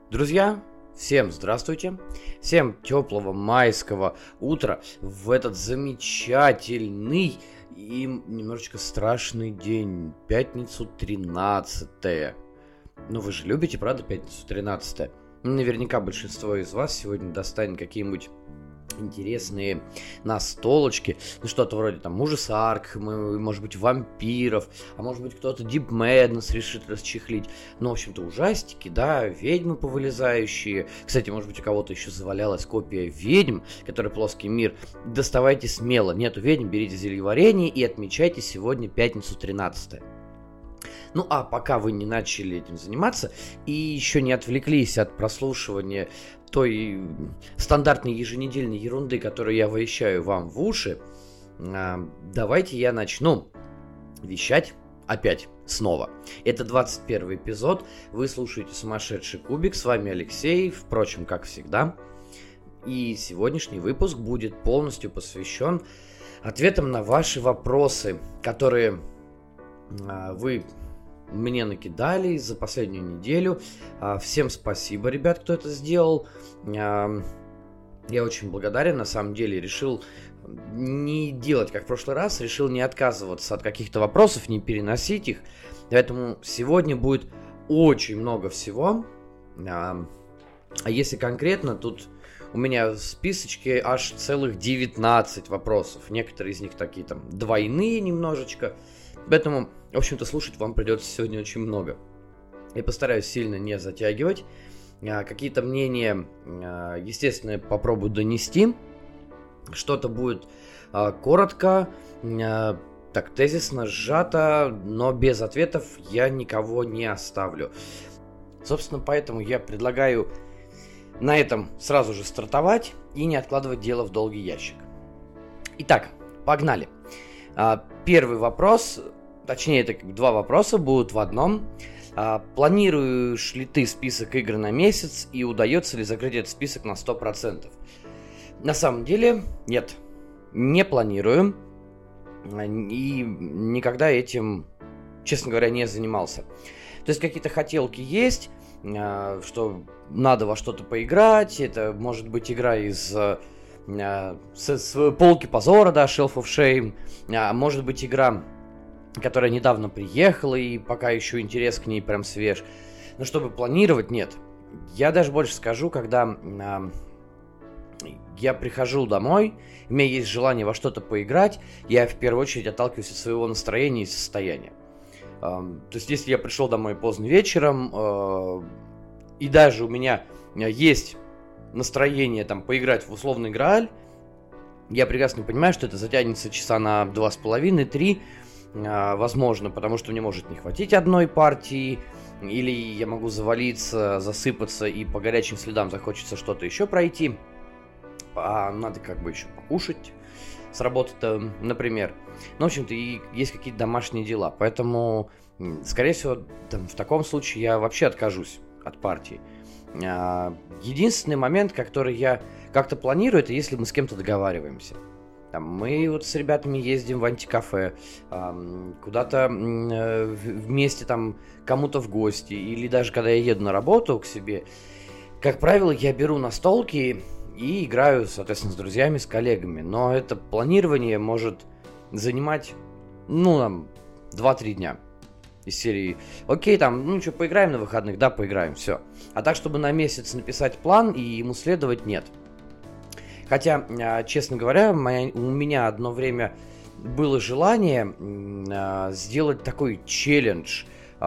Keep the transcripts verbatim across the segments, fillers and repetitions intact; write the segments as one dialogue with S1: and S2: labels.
S1: Друзья, всем здравствуйте, всем теплого майского утра в этот замечательный и немножечко страшный день, пятницу тринадцатое. Ну вы же любите, правда, пятницу тринадцатое? Наверняка большинство из вас сегодня достанет какие-нибудь интересные настолочки, ну что-то вроде там ужаса Аркхема, может быть вампиров, а может быть кто-то Deep Madness решит расчехлить, ну в общем-то ужастики, да, ведьмы повылезающие, кстати, может быть у кого-то еще завалялась копия ведьм, который плоский мир, доставайте смело, нету ведьм, берите зельеварение и отмечайте сегодня пятницу тринадцатое. Ну а пока вы не начали этим заниматься и еще не отвлеклись от прослушивания той стандартной еженедельной ерунды, которую я вещаю вам в уши, давайте я начну вещать опять снова. Это двадцать первый эпизод, вы слушаете «Сумасшедший кубик», с вами Алексей, впрочем, как всегда. И сегодняшний выпуск будет полностью посвящен ответам на ваши вопросы, которые вы мне накидали за последнюю неделю. Всем спасибо, ребят, кто это сделал. Я очень благодарен, на самом деле. Решил не делать, как в прошлый раз. Решил не отказываться от каких-то вопросов, не переносить их. Поэтому сегодня будет очень много всего. А если конкретно, тут у меня в списочке аж целых девятнадцать вопросов. Некоторые из них такие там двойные немножечко. Поэтому, в общем-то, слушать вам придется сегодня очень много. Я постараюсь сильно не затягивать. Какие-то мнения, естественно, попробую донести. Что-то будет коротко, так тезисно, сжато, но без ответов я никого не оставлю. Собственно, поэтому я предлагаю на этом сразу же стартовать и не откладывать дело в долгий ящик. Итак, погнали. Первый вопрос, точнее, это два вопроса будут в одном. Планируешь ли ты список игр на месяц и удается ли закрыть этот список на сто процентов? На самом деле, нет, не планирую и никогда этим, честно говоря, не занимался. То есть какие-то хотелки есть, что надо во что-то поиграть, это может быть игра из... С, с полки позора, да, Shelf of Shame. А, может быть игра, которая недавно приехала и пока еще интерес к ней прям свеж. Но чтобы планировать, нет. Я даже больше скажу, когда а, я прихожу домой, у меня есть желание во что-то поиграть, я в первую очередь отталкиваюсь от своего настроения и состояния. А, то есть если я пришел домой поздно вечером, а, и даже у меня есть настроение там поиграть в условный Грааль, я прекрасно понимаю, что это затянется часа на два с половиной три, а, возможно, потому что мне может не хватить одной партии, или я могу завалиться, засыпаться и по горячим следам захочется что-то еще пройти, а надо как бы еще покушать с работы-то, например. Ну, в общем-то, и есть какие-то домашние дела, поэтому, скорее всего, там, в таком случае я вообще откажусь от партии. Единственный момент, который я как-то планирую, это если мы с кем-то договариваемся. Там, мы вот с ребятами ездим в антикафе, куда-то вместе там кому-то в гости, или даже когда я еду на работу к себе, как правило, я беру настолки и играю, соответственно, с друзьями, с коллегами. Но это планирование может занимать, ну, там, два-три дня. Из серии, окей, там, ну что, поиграем на выходных? Да, поиграем, все. А так, чтобы на месяц написать план и ему следовать, нет. Хотя, честно говоря, моя, у меня одно время было желание э, сделать такой челлендж э,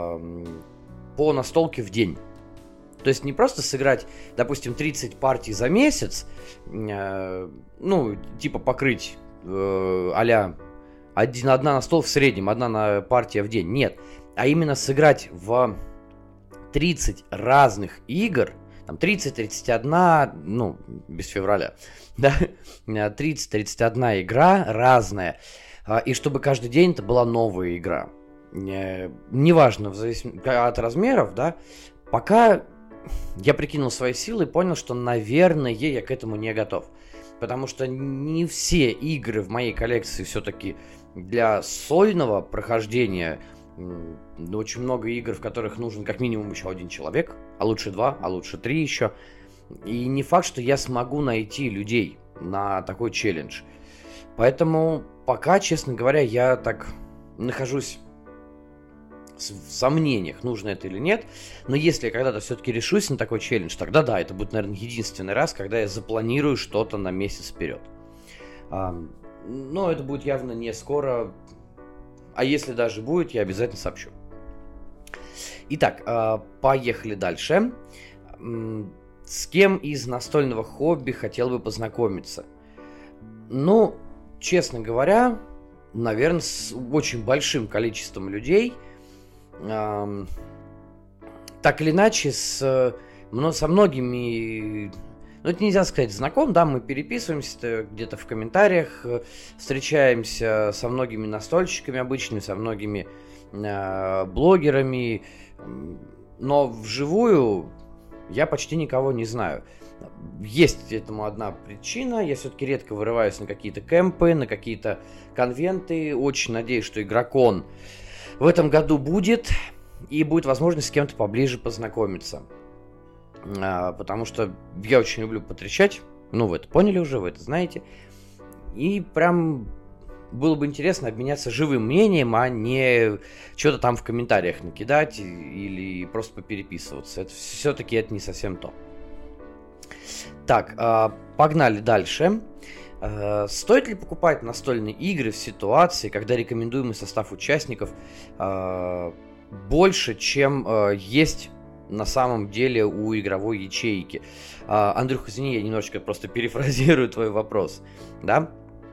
S1: по настолке в день. То есть не просто сыграть, допустим, тридцать партий за месяц, э, ну, типа покрыть э, а-ля Один, одна на стол в среднем, одна на партия в день. Нет. А именно сыграть в тридцать разных игр. Там тридцать тридцать один, ну, без февраля. Да? тридцать тридцать одна игра разная. И чтобы каждый день это была новая игра. Неважно, в зависимости от размеров, да. Пока я прикинул свои силы и понял, что, наверное, я к этому не готов. Потому что не все игры в моей коллекции все-таки для сольного прохождения Очень много игр, в которых нужен как минимум еще один человек, а лучше два, а лучше три еще. И не факт, что я смогу найти людей на такой челлендж. Поэтому пока, честно говоря, я так нахожусь в сомнениях, нужно это или нет. Но если я когда-то все-таки решусь на такой челлендж, тогда да, это будет, наверное, единственный раз, когда я запланирую что-то на месяц вперед. Но это будет явно не скоро. А если даже будет, я обязательно сообщу. Итак, поехали дальше. С кем из настольного хобби хотел бы познакомиться? Ну, честно говоря, наверное, с очень большим количеством людей. Так или иначе, с, со многими... Ну, это нельзя сказать знаком, да, мы переписываемся где-то в комментариях, встречаемся со многими настольщиками обычными, со многими э, блогерами, но вживую я почти никого не знаю. Есть этому одна причина, я все-таки редко вырываюсь на какие-то кемпы, на какие-то конвенты, очень надеюсь, что Игрокон в этом году будет, и будет возможность с кем-то поближе познакомиться. А, потому что я очень люблю потрещать. Ну, вы это поняли уже, вы это знаете. И прям было бы интересно обменяться живым мнением, а не что-то там в комментариях накидать или просто попереписываться. Это все-таки это не совсем то. Так, а, погнали дальше. А, стоит ли покупать настольные игры в ситуации, когда рекомендуемый состав участников а, больше, чем а, есть на самом деле у игровой ячейки? А, Андрюх, извини, я немножечко просто перефразирую твой вопрос, да?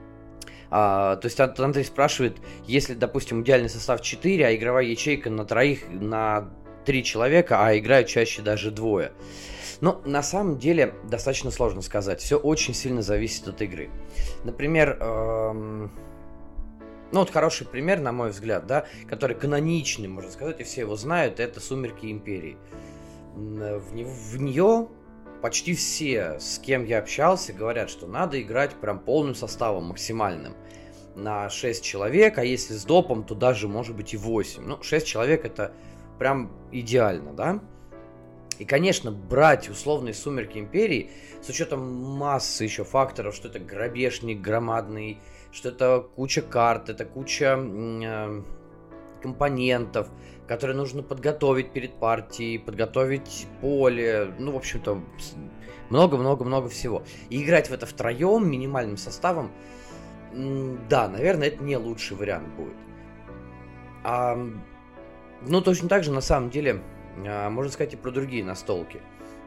S1: А, то есть Андрей спрашивает, если, допустим, идеальный состав четыре, а игровая ячейка на троих, на три человека, а играют чаще даже двое. Но на самом деле достаточно сложно сказать. Все очень сильно зависит от игры. Например, эм... ну вот хороший пример, на мой взгляд, да, который каноничный, можно сказать, и все его знают, это «Сумерки Империи». В, не... в нее почти все, с кем я общался, говорят, что надо играть прям полным составом, максимальным. На шесть человек, а если с допом, то даже может быть и восемь. Ну, шесть человек это прям идеально, да? И, конечно, брать условные «Сумерки Империи» с учетом массы еще факторов, что это грабежник громадный, что это куча карт, это куча э, компонентов, которые нужно подготовить перед партией, подготовить поле, ну, в общем-то, много-много-много всего. И играть в это втроем, минимальным составом, да, наверное, это не лучший вариант будет. А, ну, точно так же, на самом деле, можно сказать и про другие настолки.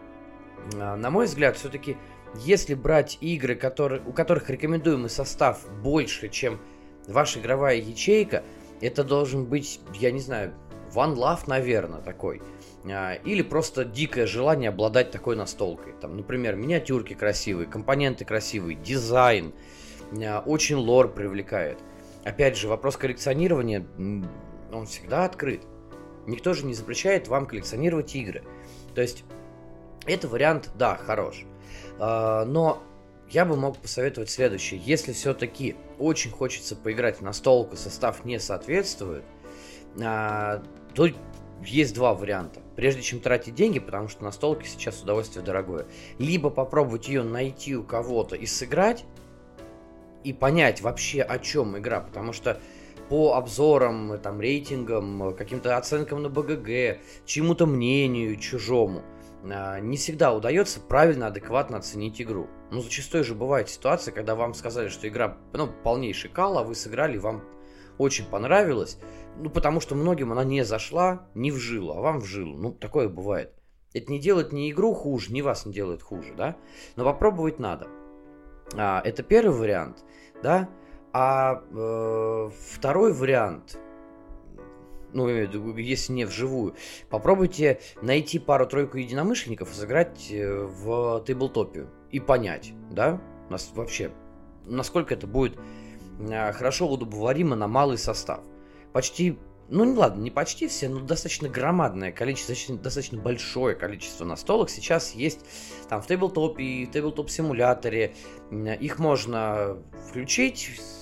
S1: На мой взгляд, все-таки, если брать игры, которые, у которых рекомендуемый состав больше, чем ваша игровая ячейка, это должен быть, я не знаю, One Love, наверное, такой. Или просто дикое желание обладать такой настолкой. Там, например, миниатюрки красивые, компоненты красивые, дизайн, очень лор привлекает. Опять же, вопрос коллекционирования, он всегда открыт. Никто же не запрещает вам коллекционировать игры. То есть, это вариант, да, хорош. Но я бы мог посоветовать следующее. Если все-таки очень хочется поиграть в настолку, состав не соответствует, то есть два варианта. Прежде чем тратить деньги, потому что настолки сейчас удовольствие дорогое. Либо попробовать ее найти у кого-то и сыграть, и понять вообще, о чем игра. Потому что по обзорам, там, рейтингам, каким-то оценкам на бэ гэ гэ, чему-то мнению чужому, не всегда удается правильно, адекватно оценить игру. Но зачастую же бывает ситуация, когда вам сказали, что игра, ну, полнейший кал, а вы сыграли, вам очень понравилось. Ну, потому что многим она не зашла, не вжила, а вам вжило. Ну, такое бывает. Это не делает ни игру хуже, ни вас не делает хуже, да? Но попробовать надо. А, это первый вариант, да? А э, второй вариант, ну, если не вживую, попробуйте найти пару-тройку единомышленников и сыграть в тейблтопе и понять, да, нас вообще, насколько это будет хорошо удобоваримо на малый состав. Почти, ну не ладно, не почти все, но достаточно громадное количество, достаточно, достаточно большое количество настолок сейчас есть там в тейблтопе и в тейблтоп-симуляторе. Их можно включить,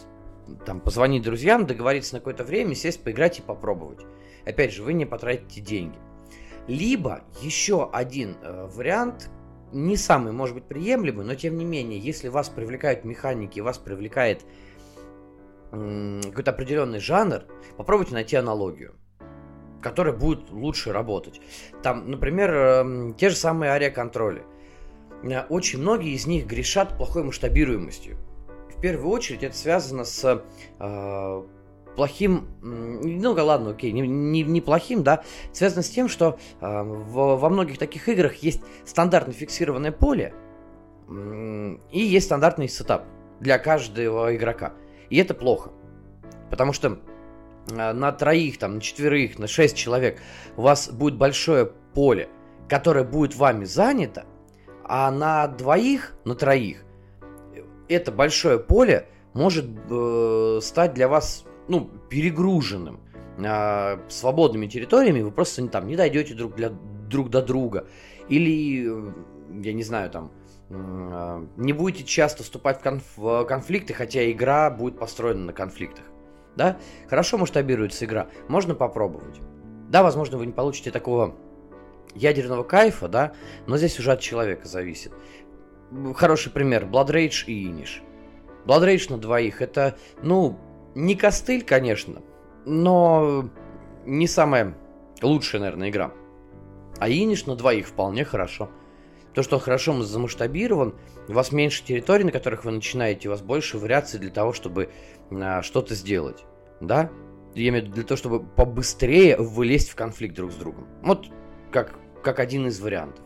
S1: там, позвонить друзьям, договориться на какое-то время, сесть, поиграть и попробовать. Опять же, вы не потратите деньги. Либо еще один э, вариант, не самый, может быть, приемлемый, но тем не менее, если вас привлекают механики, вас привлекает э, какой-то определенный жанр, попробуйте найти аналогию, которая будет лучше работать. Там, например, э, те же самые ариоконтроли. Очень многие из них грешат плохой масштабируемостью. В первую очередь это связано с э, плохим, ну ладно, окей, не, не, не плохим, да, связано с тем, что э, в, во многих таких играх есть стандартно фиксированное поле э, и есть стандартный сетап для каждого игрока. И это плохо, потому что э, на троих, там, на четверых, на шесть человек у вас будет большое поле, которое будет вами занято, а на двоих, на троих это большое поле может э, стать для вас, ну, перегруженным э, свободными территориями, вы просто там не дойдете друг, для, друг до друга. Или, э, я не знаю, там, э, не будете часто вступать в, конф- в конфликты, хотя игра будет построена на конфликтах. Да? Хорошо масштабируется игра, можно попробовать. Да, возможно, вы не получите такого ядерного кайфа, да, но здесь уже от человека зависит. Хороший пример, Blood Rage и Inish. Blood Rage на двоих, это, ну, не костыль, конечно, но не самая лучшая, наверное, игра. А Inish на двоих вполне хорошо. То, что хорошо замасштабирован, у вас меньше территорий, на которых вы начинаете, у вас больше вариаций для того, чтобы а, что-то сделать, да? Я имею в виду для того, чтобы побыстрее вылезть в конфликт друг с другом. Вот как, как один из вариантов.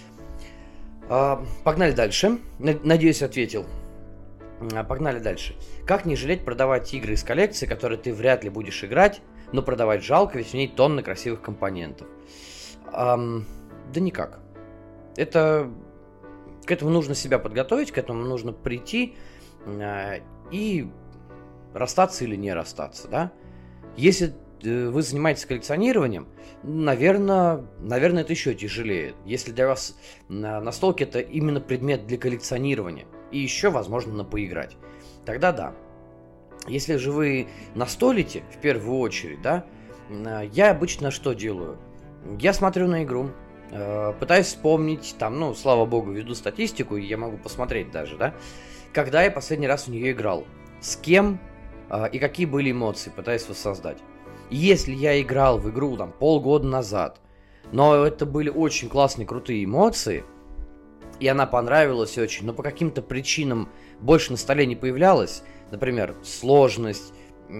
S1: А, погнали дальше. Надеюсь, ответил. А, погнали дальше. Как не жалеть продавать игры из коллекции, которые ты вряд ли будешь играть, но продавать жалко, ведь в ней тонны красивых компонентов? А, да никак. Это... К этому нужно себя подготовить, к этому нужно прийти а, и расстаться или не расстаться, да? Если вы занимаетесь коллекционированием, наверное, наверное, это еще тяжелее. Если для вас настолки это именно предмет для коллекционирования, и еще, возможно, на поиграть, тогда да. Если же вы настолите, в первую очередь, да, я обычно что делаю? Я смотрю на игру, пытаюсь вспомнить, там, ну, слава богу, веду статистику, и я могу посмотреть даже, да, когда я последний раз в нее играл, с кем и какие были эмоции, пытаюсь воссоздать. Если я играл в игру там полгода назад, но это были очень классные, крутые эмоции, и она понравилась очень, но по каким-то причинам больше на столе не появлялась, например, сложность,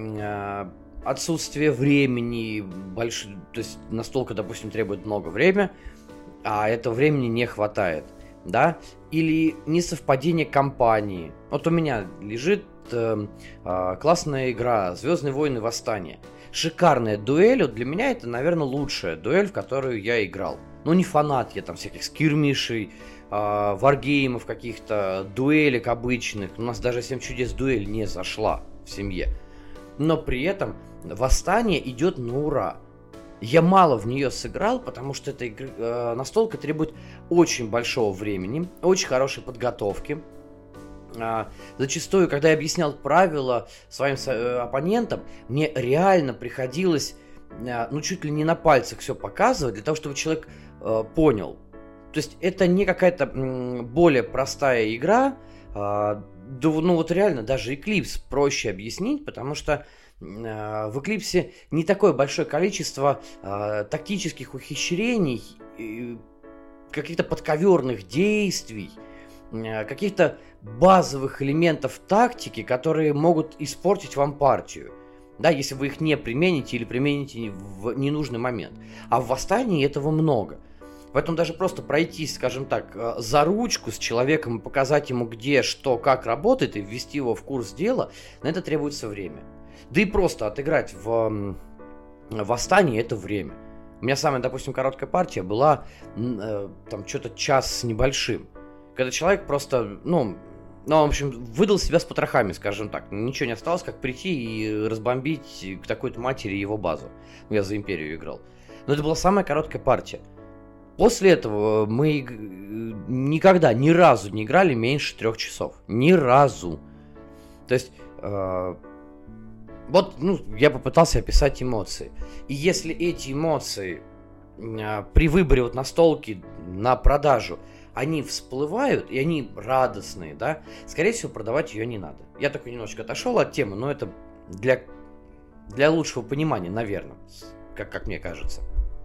S1: отсутствие времени, больш... то есть настолка, допустим, требует много времени, а этого времени не хватает, да, или несовпадение компании. Вот у меня лежит э, э, классная игра «Звездные войны. Восстание». Шикарная дуэль, вот для меня это, наверное, лучшая дуэль, в которую я играл. Ну, не фанат я там всяких скирмишей, э, варгеймов каких-то, дуэлек обычных. У нас даже «Семь чудес» дуэль не зашла в семье. Но при этом «Восстание» идет на ура. Я мало в нее сыграл, потому что эта игра, э, настолка требует очень большого времени, очень хорошей подготовки. Э, зачастую, когда я объяснял правила своим э, оппонентам, мне реально приходилось, э, ну, чуть ли не на пальцах все показывать, для того, чтобы человек э, понял. То есть это не какая-то м, более простая игра. Э, да, ну вот реально даже Eclipse проще объяснить, потому что в Эклипсе не такое большое количество э, тактических ухищрений, э, каких-то подковерных действий, э, каких-то базовых элементов тактики, которые могут испортить вам партию, да, если вы их не примените или примените в ненужный момент. А в Восстании этого много. Поэтому даже просто пройтись, скажем так, за ручку с человеком и показать ему, где, что, как работает, и ввести его в курс дела, на это требуется время. Да и просто отыграть в Восстании это время. У меня самая, допустим, короткая партия была э, там что-то час с небольшим. Когда человек просто, ну, ну, в общем, выдал себя с потрохами, скажем так. Ничего не осталось, как прийти и разбомбить к такой-то матери его базу. Я за Империю играл. Но это была самая короткая партия. После этого мы никогда, ни разу не играли меньше трех часов. Ни разу. То есть... Э, Вот, ну, я попытался описать эмоции. И если эти эмоции э, при выборе вот настолки на продажу, они всплывают, и они радостные, да, скорее всего, продавать ее не надо. Я такой немножечко отошел от темы, но это для, для лучшего понимания, наверное, как, как мне кажется.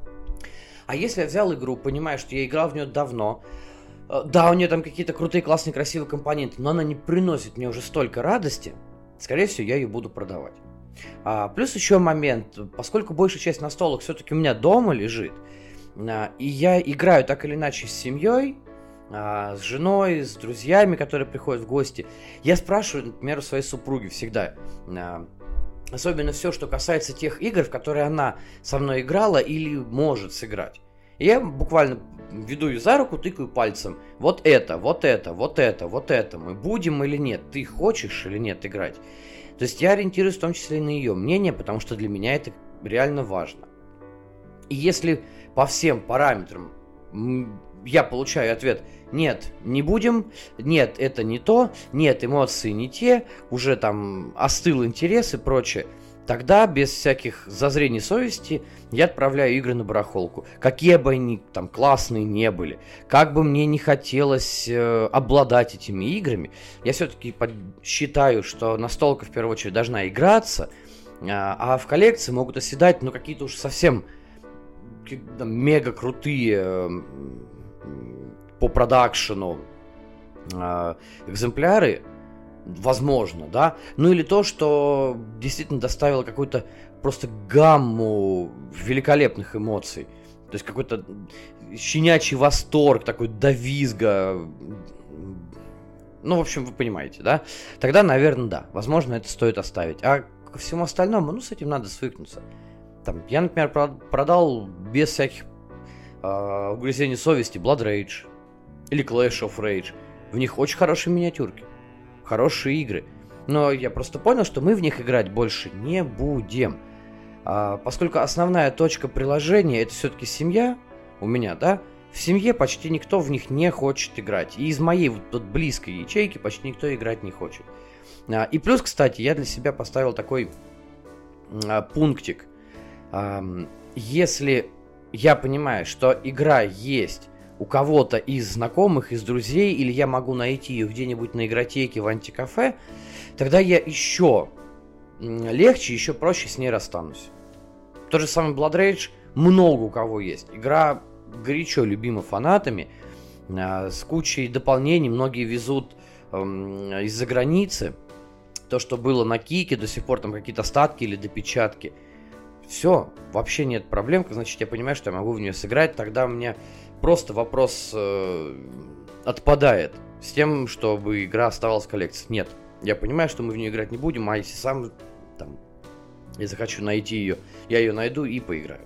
S1: А если я взял игру, понимаю, что я играл в нее давно, э, да, у нее там какие-то крутые, классные, красивые компоненты, но она не приносит мне уже столько радости, скорее всего, я ее буду продавать. А, плюс еще момент, поскольку большая часть настолок все-таки у меня дома лежит, а, и я играю так или иначе с семьей, а, с женой, с друзьями, которые приходят в гости, я спрашиваю, например, у своей супруги всегда, а, особенно все, что касается тех игр, в которые она со мной играла или может сыграть. И я буквально веду ее за руку, тыкаю пальцем, вот это, вот это, вот это, вот это, мы будем или нет, ты хочешь или нет играть. То есть я ориентируюсь в том числе и на ее мнение, потому что для меня это реально важно. И если по всем параметрам я получаю ответ «нет, не будем», «нет, это не то», «нет, эмоции не те», уже там остыл интерес и прочее, тогда без всяких зазрений совести я отправляю игры на барахолку. Какие бы они там классные не были, как бы мне не хотелось э, обладать этими играми, я все-таки под... считаю, что настолка в первую очередь должна играться, э, а в коллекции могут оседать ну, какие-то уж совсем там, мега крутые э, по продакшену э, экземпляры. Возможно, да. Ну или то, что действительно доставило какую-то просто гамму великолепных эмоций. То есть какой-то щенячий восторг, такой до визга. Ну, в общем, вы понимаете, да? Тогда, наверное, да. Возможно, это стоит оставить. А ко всему остальному, ну, с этим надо свыкнуться. Там, я, например, продал без всяких э, угрызений совести Blood Rage или Clash of Rage. В них очень хорошие миниатюрки. Хорошие игры. Но я просто понял, что мы в них играть больше не будем. А, поскольку основная точка приложения это все-таки семья у меня, да, в семье почти никто в них не хочет играть. И из моей вот тут близкой ячейки почти никто играть не хочет. А, и плюс, кстати, я для себя поставил такой а, пунктик. А, если я понимаю, что игра есть у кого-то из знакомых, из друзей, или я могу найти ее где-нибудь на игротеке в антикафе, тогда я еще легче, еще проще с ней расстанусь. Тот же самый Blood Rage много у кого есть. Игра горячо любима фанатами, с кучей дополнений, многие везут из-за границы. То, что было на Кике, до сих пор там какие-то остатки или допечатки. Все, вообще нет проблем, значит я понимаю, что я могу в нее сыграть, тогда у меня просто вопрос э, отпадает с тем, чтобы игра оставалась в коллекции. Нет, я понимаю, что мы в нее играть не будем, а если сам там, я захочу найти ее, я ее найду и поиграю.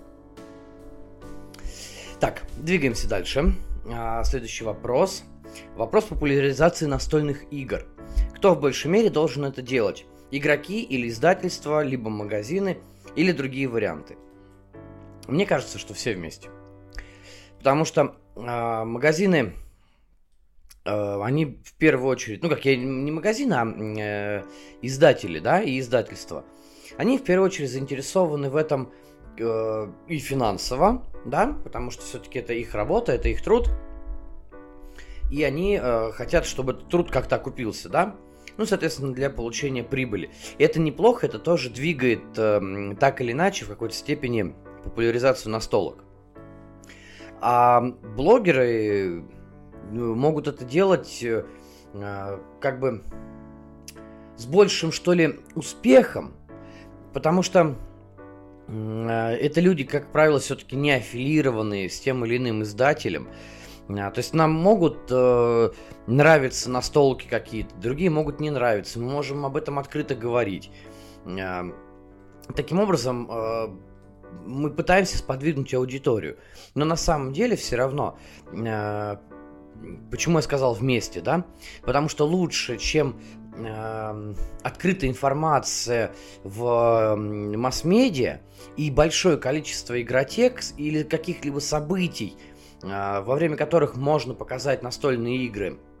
S1: Так, двигаемся дальше. А, следующий вопрос. Вопрос популяризации настольных игр. Кто в большей мере должен это делать? Игроки или издательства, либо магазины, или другие варианты? Мне кажется, что все вместе. Потому что э, магазины, э, они в первую очередь, ну как я не магазины, а э, издатели, да, и издательства, они в первую очередь заинтересованы в этом э, и финансово, да, потому что все-таки это их работа, это их труд, и они э, хотят, чтобы этот труд как-то окупился, да, ну, соответственно, для получения прибыли. И это неплохо, это тоже двигает э, так или иначе в какой-то степени популяризацию настолок. А блогеры могут это делать э, как бы с большим, что ли, успехом, потому что э, это люди, как правило, все-таки не аффилированные с тем или иным издателем. А, то есть нам могут э, нравиться настолки какие-то, другие могут не нравиться, мы можем об этом открыто говорить. А, таким образом, э, мы пытаемся сподвигнуть аудиторию, но на самом деле все равно, э, почему я сказал вместе, да, потому что лучше, чем э, открытая информация в масс-медиа и большое количество игротек или каких-либо событий, во время которых можно показать настольные игры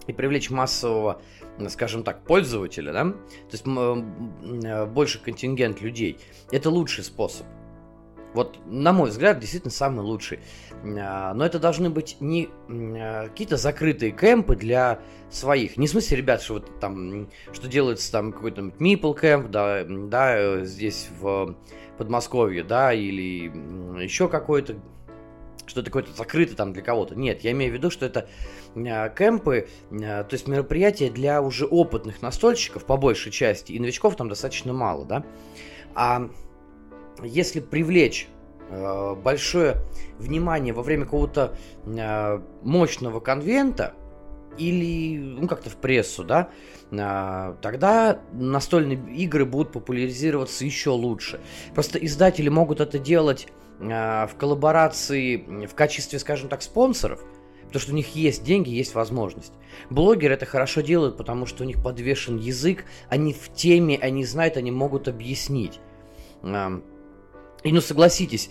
S1: и привлечь массового, скажем так, пользователя, да, то есть больше контингент людей, это лучший способ. Вот, на мой взгляд, действительно самый лучший. Но это должны быть не какие-то закрытые кемпы для своих. Не в смысле, ребят, что вот там, что делается там какой-то Meeple кемп, да, да, здесь в Подмосковье, да, или еще какой-то, что-то какое-то закрытое там для кого-то. Нет, я имею в виду, что это кемпы, то есть мероприятия для уже опытных настольщиков, по большей части, и новичков там достаточно мало, да. А если привлечь э, большое внимание во время какого-то э, мощного конвента или ну, как-то в прессу, да, э, тогда настольные игры будут популяризироваться еще лучше. Просто издатели могут это делать э, в коллаборации в качестве, скажем так, спонсоров, потому что у них есть деньги, есть возможность. Блогеры это хорошо делают, потому что у них подвешен язык, они в теме, они знают, они могут объяснить. И, ну, согласитесь,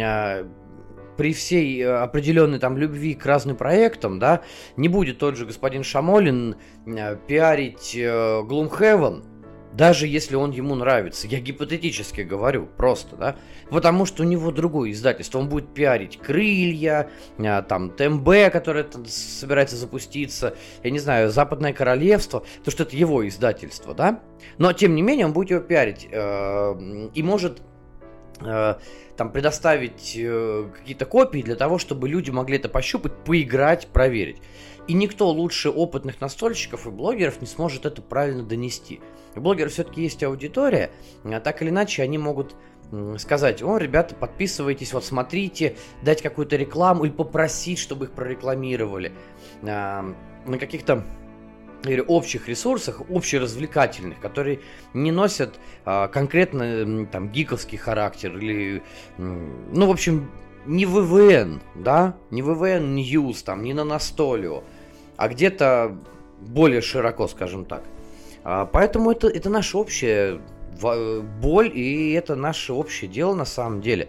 S1: при всей определенной там любви к разным проектам, да, не будет тот же господин Шамолин пиарить Gloomhaven, даже если он ему нравится. Я гипотетически говорю, просто, да, потому что у него другое издательство. Он будет пиарить Крылья, там, ТМБ, которое собирается запуститься, я не знаю, Западное Королевство, потому что это его издательство, да. Но, тем не менее, он будет его пиарить э, и может там предоставить э, какие-то копии для того, чтобы люди могли это пощупать, поиграть, проверить. И никто лучше опытных настольщиков и блогеров не сможет это правильно донести. У блогеров все-таки есть аудитория, а так или иначе они могут м, сказать: о, ребята, подписывайтесь, вот смотрите, дать какую-то рекламу или попросить, чтобы их прорекламировали а, на каких-то или общих ресурсах, общеразвлекательных, которые не носят а, конкретно там гиковский характер или, ну, в общем, не ВВН, да, не ВВН News, там, не на Настолио, а где-то более широко, скажем так. А, поэтому это, это наша общая боль, и это наше общее дело на самом деле.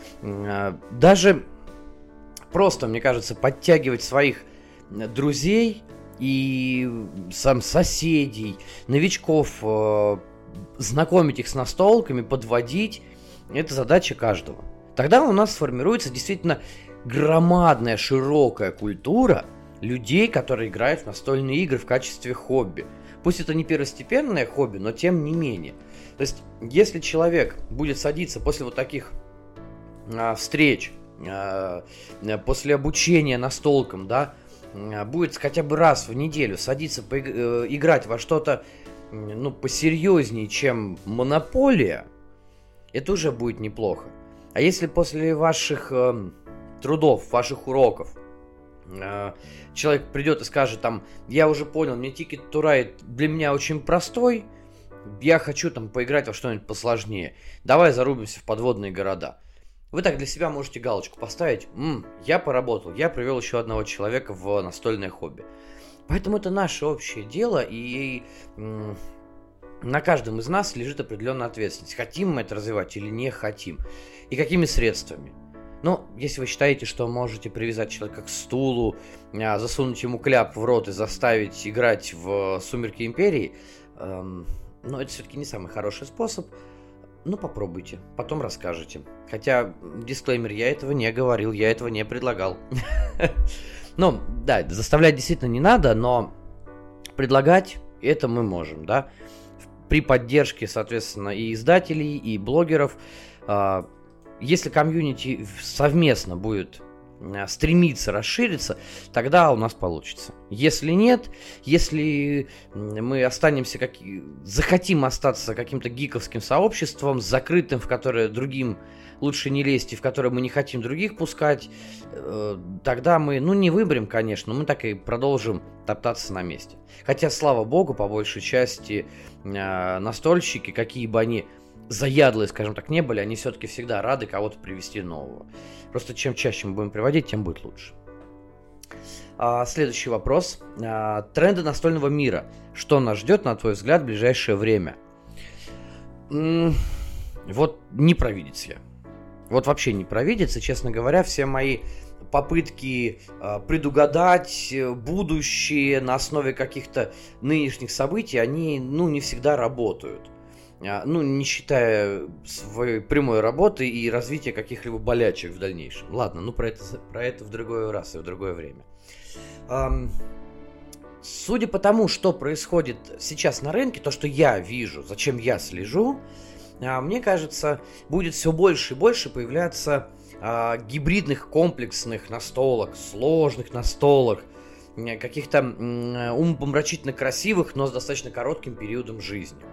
S1: А, даже просто, мне кажется, подтягивать своих друзей и сам соседей, новичков, э, знакомить их с настолками, подводить, это задача каждого. Тогда у нас сформируется действительно громадная, широкая культура людей, которые играют в настольные игры в качестве хобби. Пусть это не первостепенное хобби, но тем не менее. То есть, если человек будет садиться после вот таких э, встреч, э, после обучения настолкам, да, будет хотя бы раз в неделю садиться поиг- играть во что-то, ну, посерьезнее, чем Монополия, это уже будет неплохо. А если после ваших э, трудов, ваших уроков э, человек придет и скажет там: я уже понял, мне Ticket to Ride для меня очень простой, я хочу там поиграть во что-нибудь посложнее, давай зарубимся в подводные города. Вы так для себя можете галочку поставить: М, я поработал, я привел еще одного человека в настольное хобби. Поэтому это наше общее дело, и м, на каждом из нас лежит определенная ответственность. Хотим мы это развивать или не хотим. И какими средствами. Ну, если вы считаете, что можете привязать человека к стулу, засунуть ему кляп в рот и заставить играть в «Сумерки Империи», эм, но это все-таки не самый хороший способ. Ну, попробуйте, потом расскажете. Хотя, дисклеймер, я этого не говорил, я этого не предлагал. Ну, да, заставлять действительно не надо, но предлагать это мы можем, да. При поддержке, соответственно, и издателей, и блогеров. Если комьюнити совместно будет стремиться расшириться, тогда у нас получится. Если нет, если мы останемся, как... захотим остаться каким-то гиковским сообществом, закрытым, в которое другим лучше не лезть, и в которое мы не хотим других пускать, тогда мы, ну, не выберем, конечно, мы так и продолжим топтаться на месте. Хотя, слава богу, по большей части настольщики, какие бы они заядлые, скажем так, не были, они все-таки всегда рады кого-то привести нового. Просто чем чаще мы будем приводить, тем будет лучше. А, следующий вопрос. А, тренды настольного мира. Что нас ждет, на твой взгляд, в ближайшее время? М-м, вот не провидец я. Вот вообще не провидец. И, честно говоря, все мои попытки э, предугадать будущее на основе каких-то нынешних событий, они, ну, не всегда работают. Э, ну, не считая своей прямой работы и развития каких-либо болячек в дальнейшем. Ладно, ну, про это, про это в другой раз и в другое время. Эм, судя по тому, что происходит сейчас на рынке, то, что я вижу, зачем я слежу, э, мне кажется, будет все больше и больше появляться гибридных комплексных настолок, сложных настолок, каких-то умопомрачительно красивых, но с достаточно коротким периодом жизни.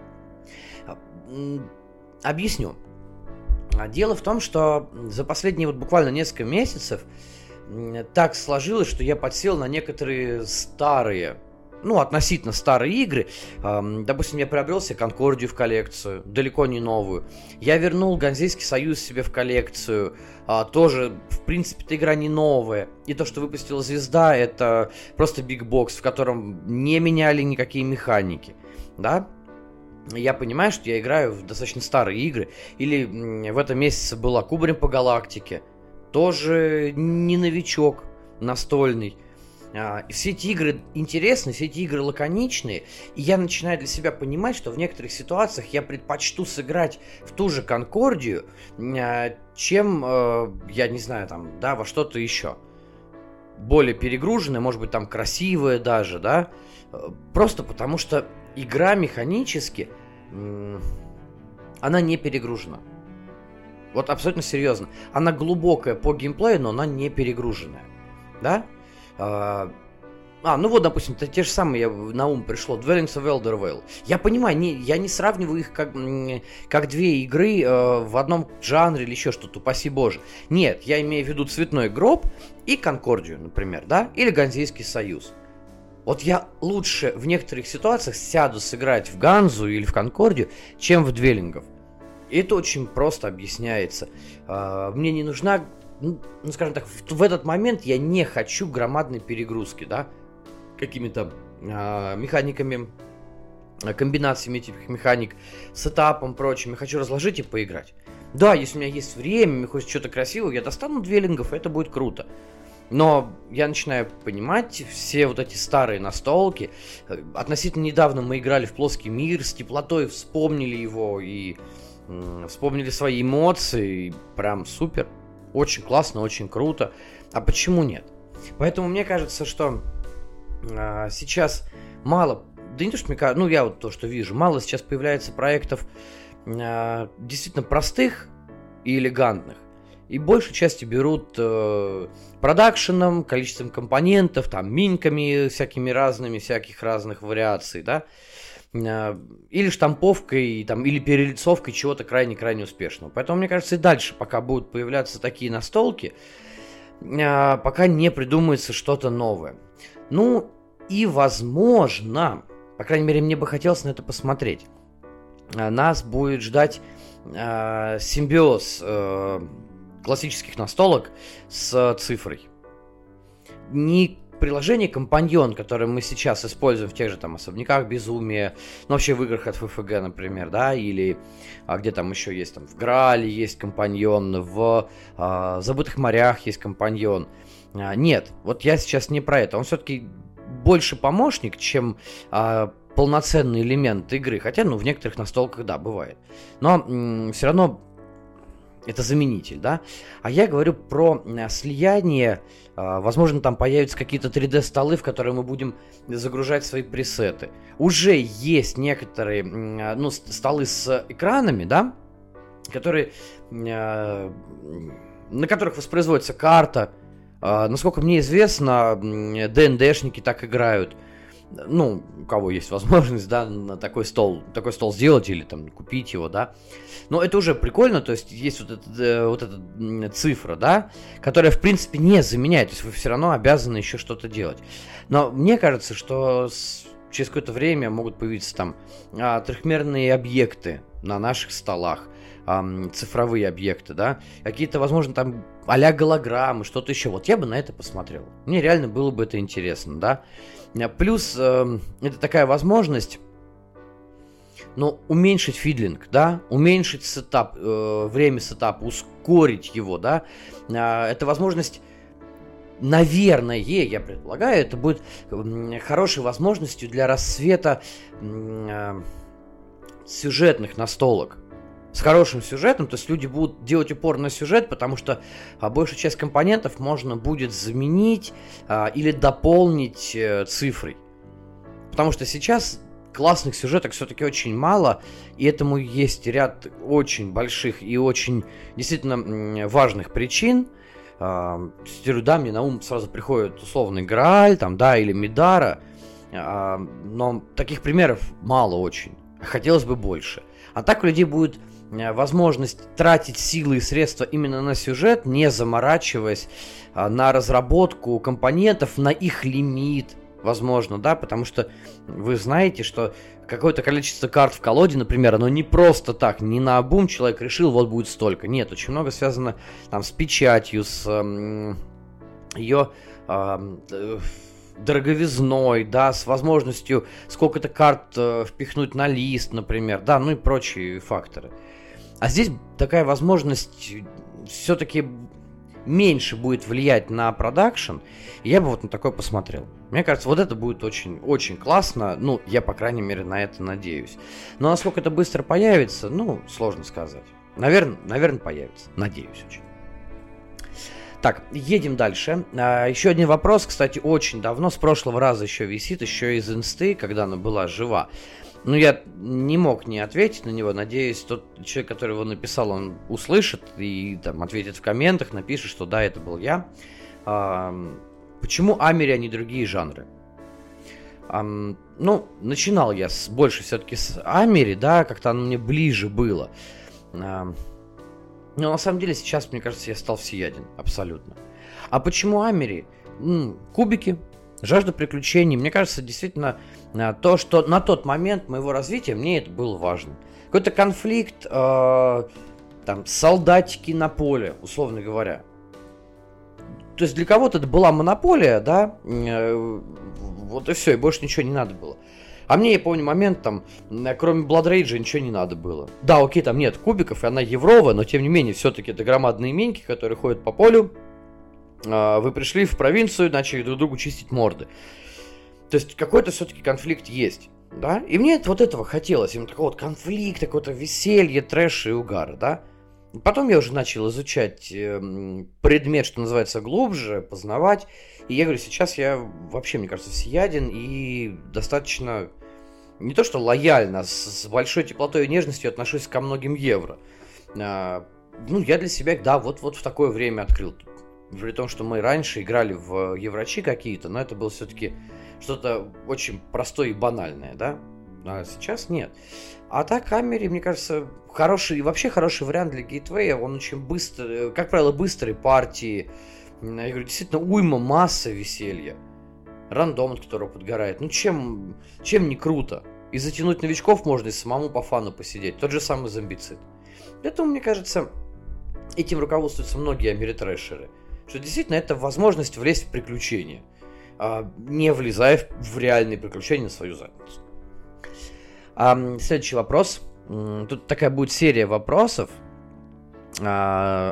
S1: Объясню. Дело в том, что за последние вот буквально несколько месяцев так сложилось, что я подсел на некоторые старые, ну, относительно старые игры. Допустим, я приобрел себе Конкордию в коллекцию, далеко не новую. Я вернул Ганзейский союз себе в коллекцию, тоже, в принципе, эта игра не новая. И то, что выпустила Звезда, это просто бигбокс, в котором не меняли никакие механики, да? Я понимаю, что я играю в достаточно старые игры. Или в этом месяце была Кубарем по галактике, тоже не новичок настольный. И все эти игры интересны, все эти игры лаконичные, и я начинаю для себя понимать, что в некоторых ситуациях я предпочту сыграть в ту же Конкордию, чем, я не знаю, там, да, во что-то еще. Более перегруженное, может быть, там красивое даже, да, просто потому что игра механически, она не перегружена. Вот абсолютно серьезно. Она глубокая по геймплею, но она не перегруженная, да? А, ну вот, допустим, это те же самые, я, на ум пришло, Dwellings of Eldervale. Я понимаю, не, я не сравниваю их как, как две игры э, в одном жанре или еще что-то, упаси боже. Нет, я имею в виду Цветной гроб и Конкордию, например, да, или Ганзейский союз. Вот я лучше в некоторых ситуациях сяду сыграть в Ганзу или в Конкордию, чем в Двеллингов. И это очень просто объясняется. Э, мне не нужна... Ну, скажем так, в, в этот момент я не хочу громадной перегрузки, да, какими-то э, механиками, комбинациями этих механик, сетапом, прочим. Я хочу разложить и поиграть. Да, если у меня есть время, мне хочется что-то красивое, я достану Двеллингов, это будет круто. Но я начинаю понимать все вот эти старые настолки. Относительно недавно мы играли в Плоский мир, с теплотой вспомнили его и э, вспомнили свои эмоции, и прям супер. Очень классно, очень круто. А почему нет? Поэтому мне кажется, что а, сейчас мало, да не то, что мне кажется, ну я вот то, что вижу, мало сейчас появляется проектов а, действительно простых и элегантных. И большей части берут э, продакшеном, количеством компонентов, там, миньками всякими разными, всяких разных вариаций, да, э, или штамповкой, там, или перелицовкой чего-то крайне-крайне успешного. Поэтому, мне кажется, и дальше, пока будут появляться такие настолки, э, пока не придумается что-то новое. Ну, и, возможно, по крайней мере, мне бы хотелось на это посмотреть, э, нас будет ждать э, симбиоз э, классических настолок с цифрой. Не приложение Компаньон, которое мы сейчас используем в тех же там Особняках Безумия, ну вообще в играх от эф эф джи, например, да, или а, где там еще есть, там в Грале есть Компаньон, в а, Забытых морях есть Компаньон. А, нет, вот я сейчас не про это. Он все-таки больше помощник, чем а, полноценный элемент игры. Хотя, ну, в некоторых настолках, да, бывает. Но м- все равно это заменитель, да? А я говорю про слияние. Возможно, там появятся какие-то три дэ-столы, в которые мы будем загружать свои пресеты. Уже есть некоторые, ну, столы с экранами, да? Которые, на которых воспроизводится карта. Насколько мне известно, ди энд ди-шники так играют. Ну, у кого есть возможность, да, на такой стол, такой стол сделать или там купить его, да. Но это уже прикольно, то есть есть вот эта, вот эта цифра, да, которая, в принципе, не заменяет, то есть вы все равно обязаны еще что-то делать. Но мне кажется, что с, через какое-то время могут появиться там а, трехмерные объекты на наших столах, а, цифровые объекты, да, какие-то, возможно, там а-ля голограммы, что-то еще. Вот я бы на это посмотрел. Мне реально было бы это интересно, да. Плюс э, это такая возможность, ну, уменьшить фидлинг, да, уменьшить сетап, э, время сетапа, ускорить его, да. Э, это возможность наверное, я предполагаю, это будет хорошей возможностью для рассвета сюжетных настолок. С хорошим сюжетом, то есть люди будут делать упор на сюжет, потому что а, большую часть компонентов можно будет заменить а, или дополнить а, цифрой. Потому что сейчас классных сюжеток все-таки очень мало, и этому есть ряд очень больших и очень действительно важных причин. А, да, мне на ум сразу приходит условный Грааль, там, да, или Мидара, а, но таких примеров мало очень. Хотелось бы больше. А так у людей будет возможность тратить силы и средства именно на сюжет, не заморачиваясь а, на разработку компонентов, на их лимит, возможно, да, потому что вы знаете, что какое-то количество карт в колоде, например, оно не просто так, не наобум человек решил, вот будет столько. Нет, очень много связано там с печатью, с э, ее э, дороговизной, да, с возможностью сколько-то карт э, впихнуть на лист, например, да, ну и прочие факторы. А здесь такая возможность все-таки меньше будет влиять на продакшн, и я бы вот на такое посмотрел. Мне кажется, вот это будет очень, очень классно, ну, я, по крайней мере, на это надеюсь. Но насколько это быстро появится, ну, сложно сказать. Наверное, наверное, появится, надеюсь очень. Так, едем дальше. А, еще один вопрос, кстати, очень давно, с прошлого раза еще висит, еще из инсты, когда она была жива. Ну, я не мог не ответить на него. Надеюсь, тот человек, который его написал, он услышит и там ответит в комментах, напишет, что да, это был я. А, почему Амери, а не другие жанры? А, ну, начинал я с, больше все-таки с Амери, да, как-то оно мне ближе было. А, но на самом деле сейчас, мне кажется, я стал всеяден, абсолютно. А почему Амери? М-м, кубики. Жажда приключений. Мне кажется, действительно, то, что на тот момент моего развития мне это было важно. Какой-то конфликт, э, там, солдатики на поле, условно говоря. То есть для кого-то это была монополия, да, э, вот и все, и больше ничего не надо было. А мне, я помню, момент, там, кроме Blood Rage ничего не надо было. Да, окей, там нет кубиков, и она евровая, но тем не менее, все-таки это громадные миньки, которые ходят по полю. Вы пришли в провинцию, начали друг другу чистить морды. То есть какой-то все-таки конфликт есть, да? И мне вот этого хотелось, именно такого вот конфликта, какого-то веселья, трэша и угара, да? Потом я уже начал изучать э, предмет, что называется, глубже, познавать. И я говорю, сейчас я вообще, мне кажется, всеяден и достаточно, не то что лояльно, с, с большой теплотой и нежностью отношусь ко многим евро. А, ну, я для себя, да, вот-вот в такое время открыл. При том, что мы раньше играли в еврочи какие-то, но это было все-таки что-то очень простое и банальное, да? А сейчас нет. А так, Амери, мне кажется, хороший, вообще хороший вариант для гейтвея. Он очень быстро, как правило, быстрые партии. Я говорю, действительно, уйма, масса веселья. Рандом, от которого подгорает. Ну, чем, чем не круто? И затянуть новичков можно, и самому по фану посидеть. Тот же самый зомбицид. Поэтому, мне кажется, этим руководствуются многие америтрэшеры. Что действительно это возможность влезть в приключения, не влезая в реальные приключения на свою задницу. Следующий вопрос. Тут такая будет серия вопросов. Я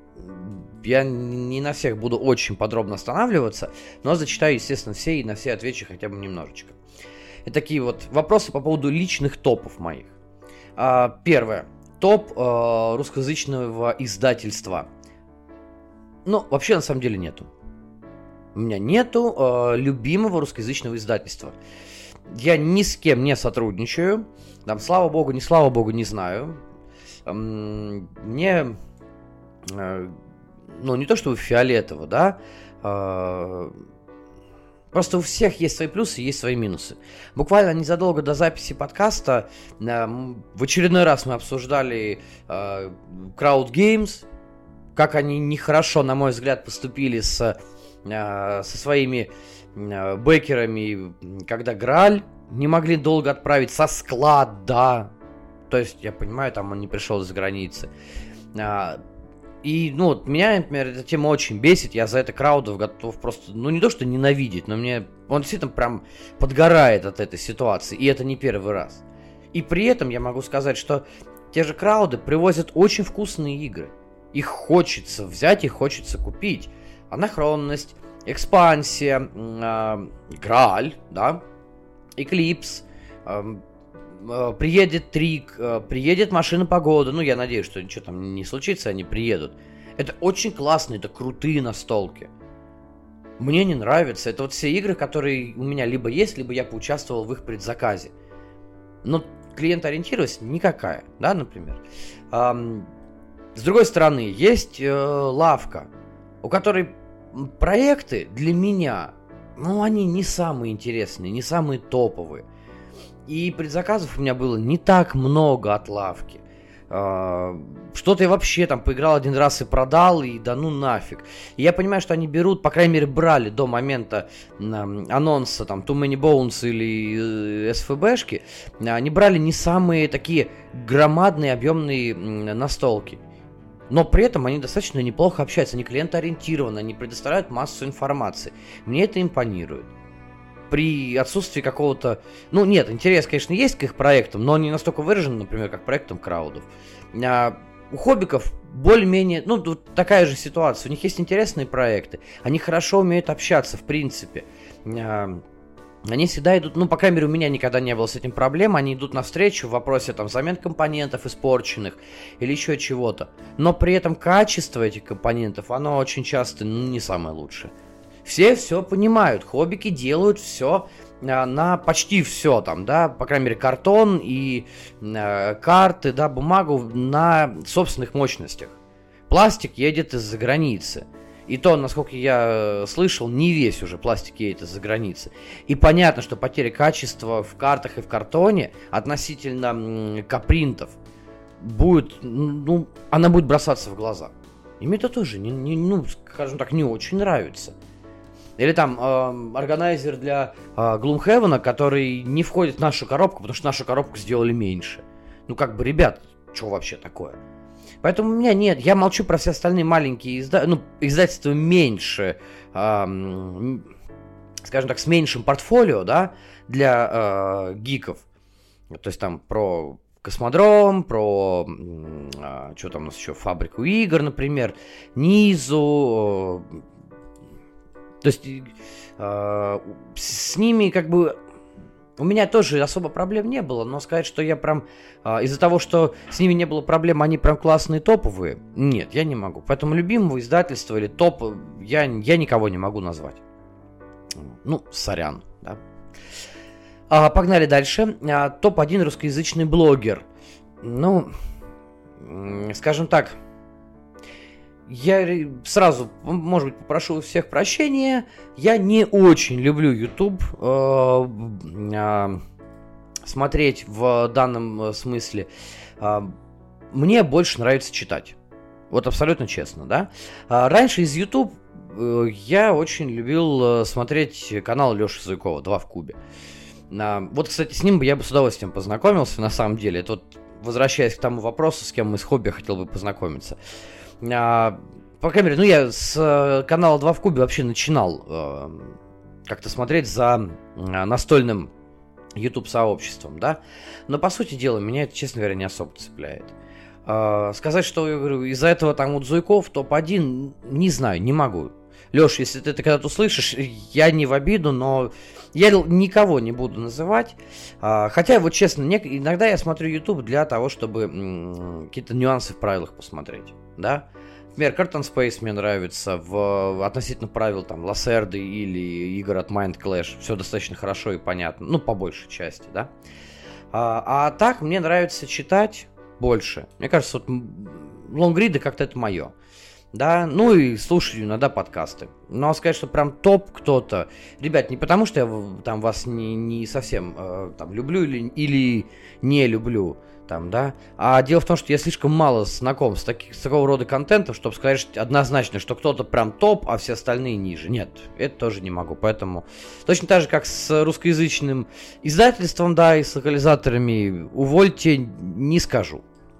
S1: не на всех буду очень подробно останавливаться, но зачитаю, естественно, все и на все отвечу хотя бы немножечко. И такие вот вопросы по поводу личных топов моих. Первое. Топ русскоязычного издательства. Ну, вообще, на самом деле, нету. У меня нету э, любимого русскоязычного издательства. Я ни с кем не сотрудничаю. Там, слава богу, не слава богу, не знаю. Эм, мне, э, ну, не то чтобы фиолетово, да. Э, просто у всех есть свои плюсы и есть свои минусы. Буквально незадолго до записи подкаста э, в очередной раз мы обсуждали э, Crowd Games. Как они нехорошо, на мой взгляд, поступили с, э, со своими э, бэкерами, когда Грааль не могли долго отправить со склада. То есть, я понимаю, там он не пришел из границы. Э, и, ну, вот, меня, например, эта тема очень бесит. Я за это Краудов готов просто, ну, не то что ненавидеть, но мне он действительно прям подгорает от этой ситуации. И это не первый раз. И при этом я могу сказать, что те же Крауды привозят очень вкусные игры. Их хочется взять, их хочется купить. Анахронность, Экспансия, э, Грааль, да, Эклипс, э, э, приедет Трик, э, приедет Машина Погода. Ну, я надеюсь, что ничего там не случится, они приедут. Это очень классно, это крутые настолки. Мне не нравится. Это вот все игры, которые у меня либо есть, либо я поучаствовал в их предзаказе. Но клиент-ориентированность никакая, да, например. Эм, с другой стороны, есть э, лавка, у которой проекты для меня, ну, они не самые интересные, не самые топовые. И предзаказов у меня было не так много от лавки. Что-то я вообще там поиграл один раз и продал, и да ну нафиг. И я понимаю, что они берут, по крайней мере, брали до момента анонса там Too Many Bones или эс эф би-шки, они брали не самые такие громадные, объемные настолки. Но при этом они достаточно неплохо общаются, они клиентоориентированы, они предоставляют массу информации. Мне это импонирует. При отсутствии какого-то... Ну, нет, интерес, конечно, есть к их проектам, но он не настолько выражен, например, как проектам краудов. А у хоббиков более-менее... Ну, тут такая же ситуация. У них есть интересные проекты. Они хорошо умеют общаться, в принципе. А, они всегда идут... Ну, по крайней мере, у меня никогда не было с этим проблем. Они идут навстречу в вопросе там замен компонентов испорченных или еще чего-то. Но при этом качество этих компонентов, оно очень часто ну, не самое лучшее. Все все понимают, хоббики делают все а, на почти все там, да, по крайней мере картон и а, карты, да, бумагу на собственных мощностях. Пластик едет из-за границы. И то, насколько я слышал, не весь уже пластик едет из-за границы. И понятно, что потеря качества в картах и в картоне относительно м, капринтов будет, ну, она будет бросаться в глаза. И мне это тоже, не, не, ну, скажем так, не очень нравится. Или там э, органайзер для э, Gloomhaven, который не входит в нашу коробку, потому что нашу коробку сделали меньше. Ну как бы, ребят, что вообще такое? Поэтому у меня нет, я молчу про все остальные маленькие изда... ну, издательства меньше, э, скажем так, с меньшим портфолио, да, для э, гиков. То есть там про Космодром, про, э, что там у нас еще, Фабрику игр, например, Низу... Э, То есть э, с ними как бы у меня тоже особо проблем не было, но сказать, что я прям э, из-за того, что с ними не было проблем, они прям классные, топовые, нет, я не могу. Поэтому любимого издательства или топ я, я никого не могу назвать. Ну, сорян, да. А, погнали дальше. А, топ один русскоязычный блогер. Ну, скажем так, я сразу, может быть, попрошу у всех прощения. Я не очень люблю YouTube э, э, смотреть в данном смысле. Э, мне больше нравится читать. Вот абсолютно честно, да. А раньше из YouTube э, я очень любил э, смотреть канал Лёши Зуйкова «Два в кубе». А, вот, кстати, с ним бы я бы с удовольствием познакомился, на самом деле. Это вот, возвращаясь к тому вопросу, с кем из хобби я хотел бы познакомиться. А, по крайней мере, ну я с э, канала «Два в кубе» вообще начинал э, как-то смотреть за э, настольным YouTube-сообществом, да. Но, по сути дела, меня это, честно говоря, не особо цепляет. Э, сказать, что, я говорю, из-за этого там вот Зуйков топ один, не знаю, не могу. Леш, если ты это когда-то услышишь, я не в обиду, но я никого не буду называть. А, хотя, вот честно, не, иногда я смотрю YouTube для того, чтобы м- какие-то нюансы в правилах посмотреть, да. Например, Carton Space мне нравится, в, относительно правил там Лассерды или игр от Mind Clash. Все достаточно хорошо и понятно, ну, по большей части, да. А, а так, мне нравится читать больше. Мне кажется, вот лонгриды как-то это мое. Да, ну и слушаю иногда подкасты. Но сказать, что прям топ кто-то... Ребят, не потому, что я там вас не, не совсем э, там, люблю или, или не люблю, там, да, а дело в том, что я слишком мало знаком с, таких, с такого рода контентом, чтобы сказать однозначно, что кто-то прям топ, а все остальные ниже. Нет, это тоже не могу, поэтому... Точно так же, как с русскоязычным издательством, да, и с локализаторами, увольте, не скажу.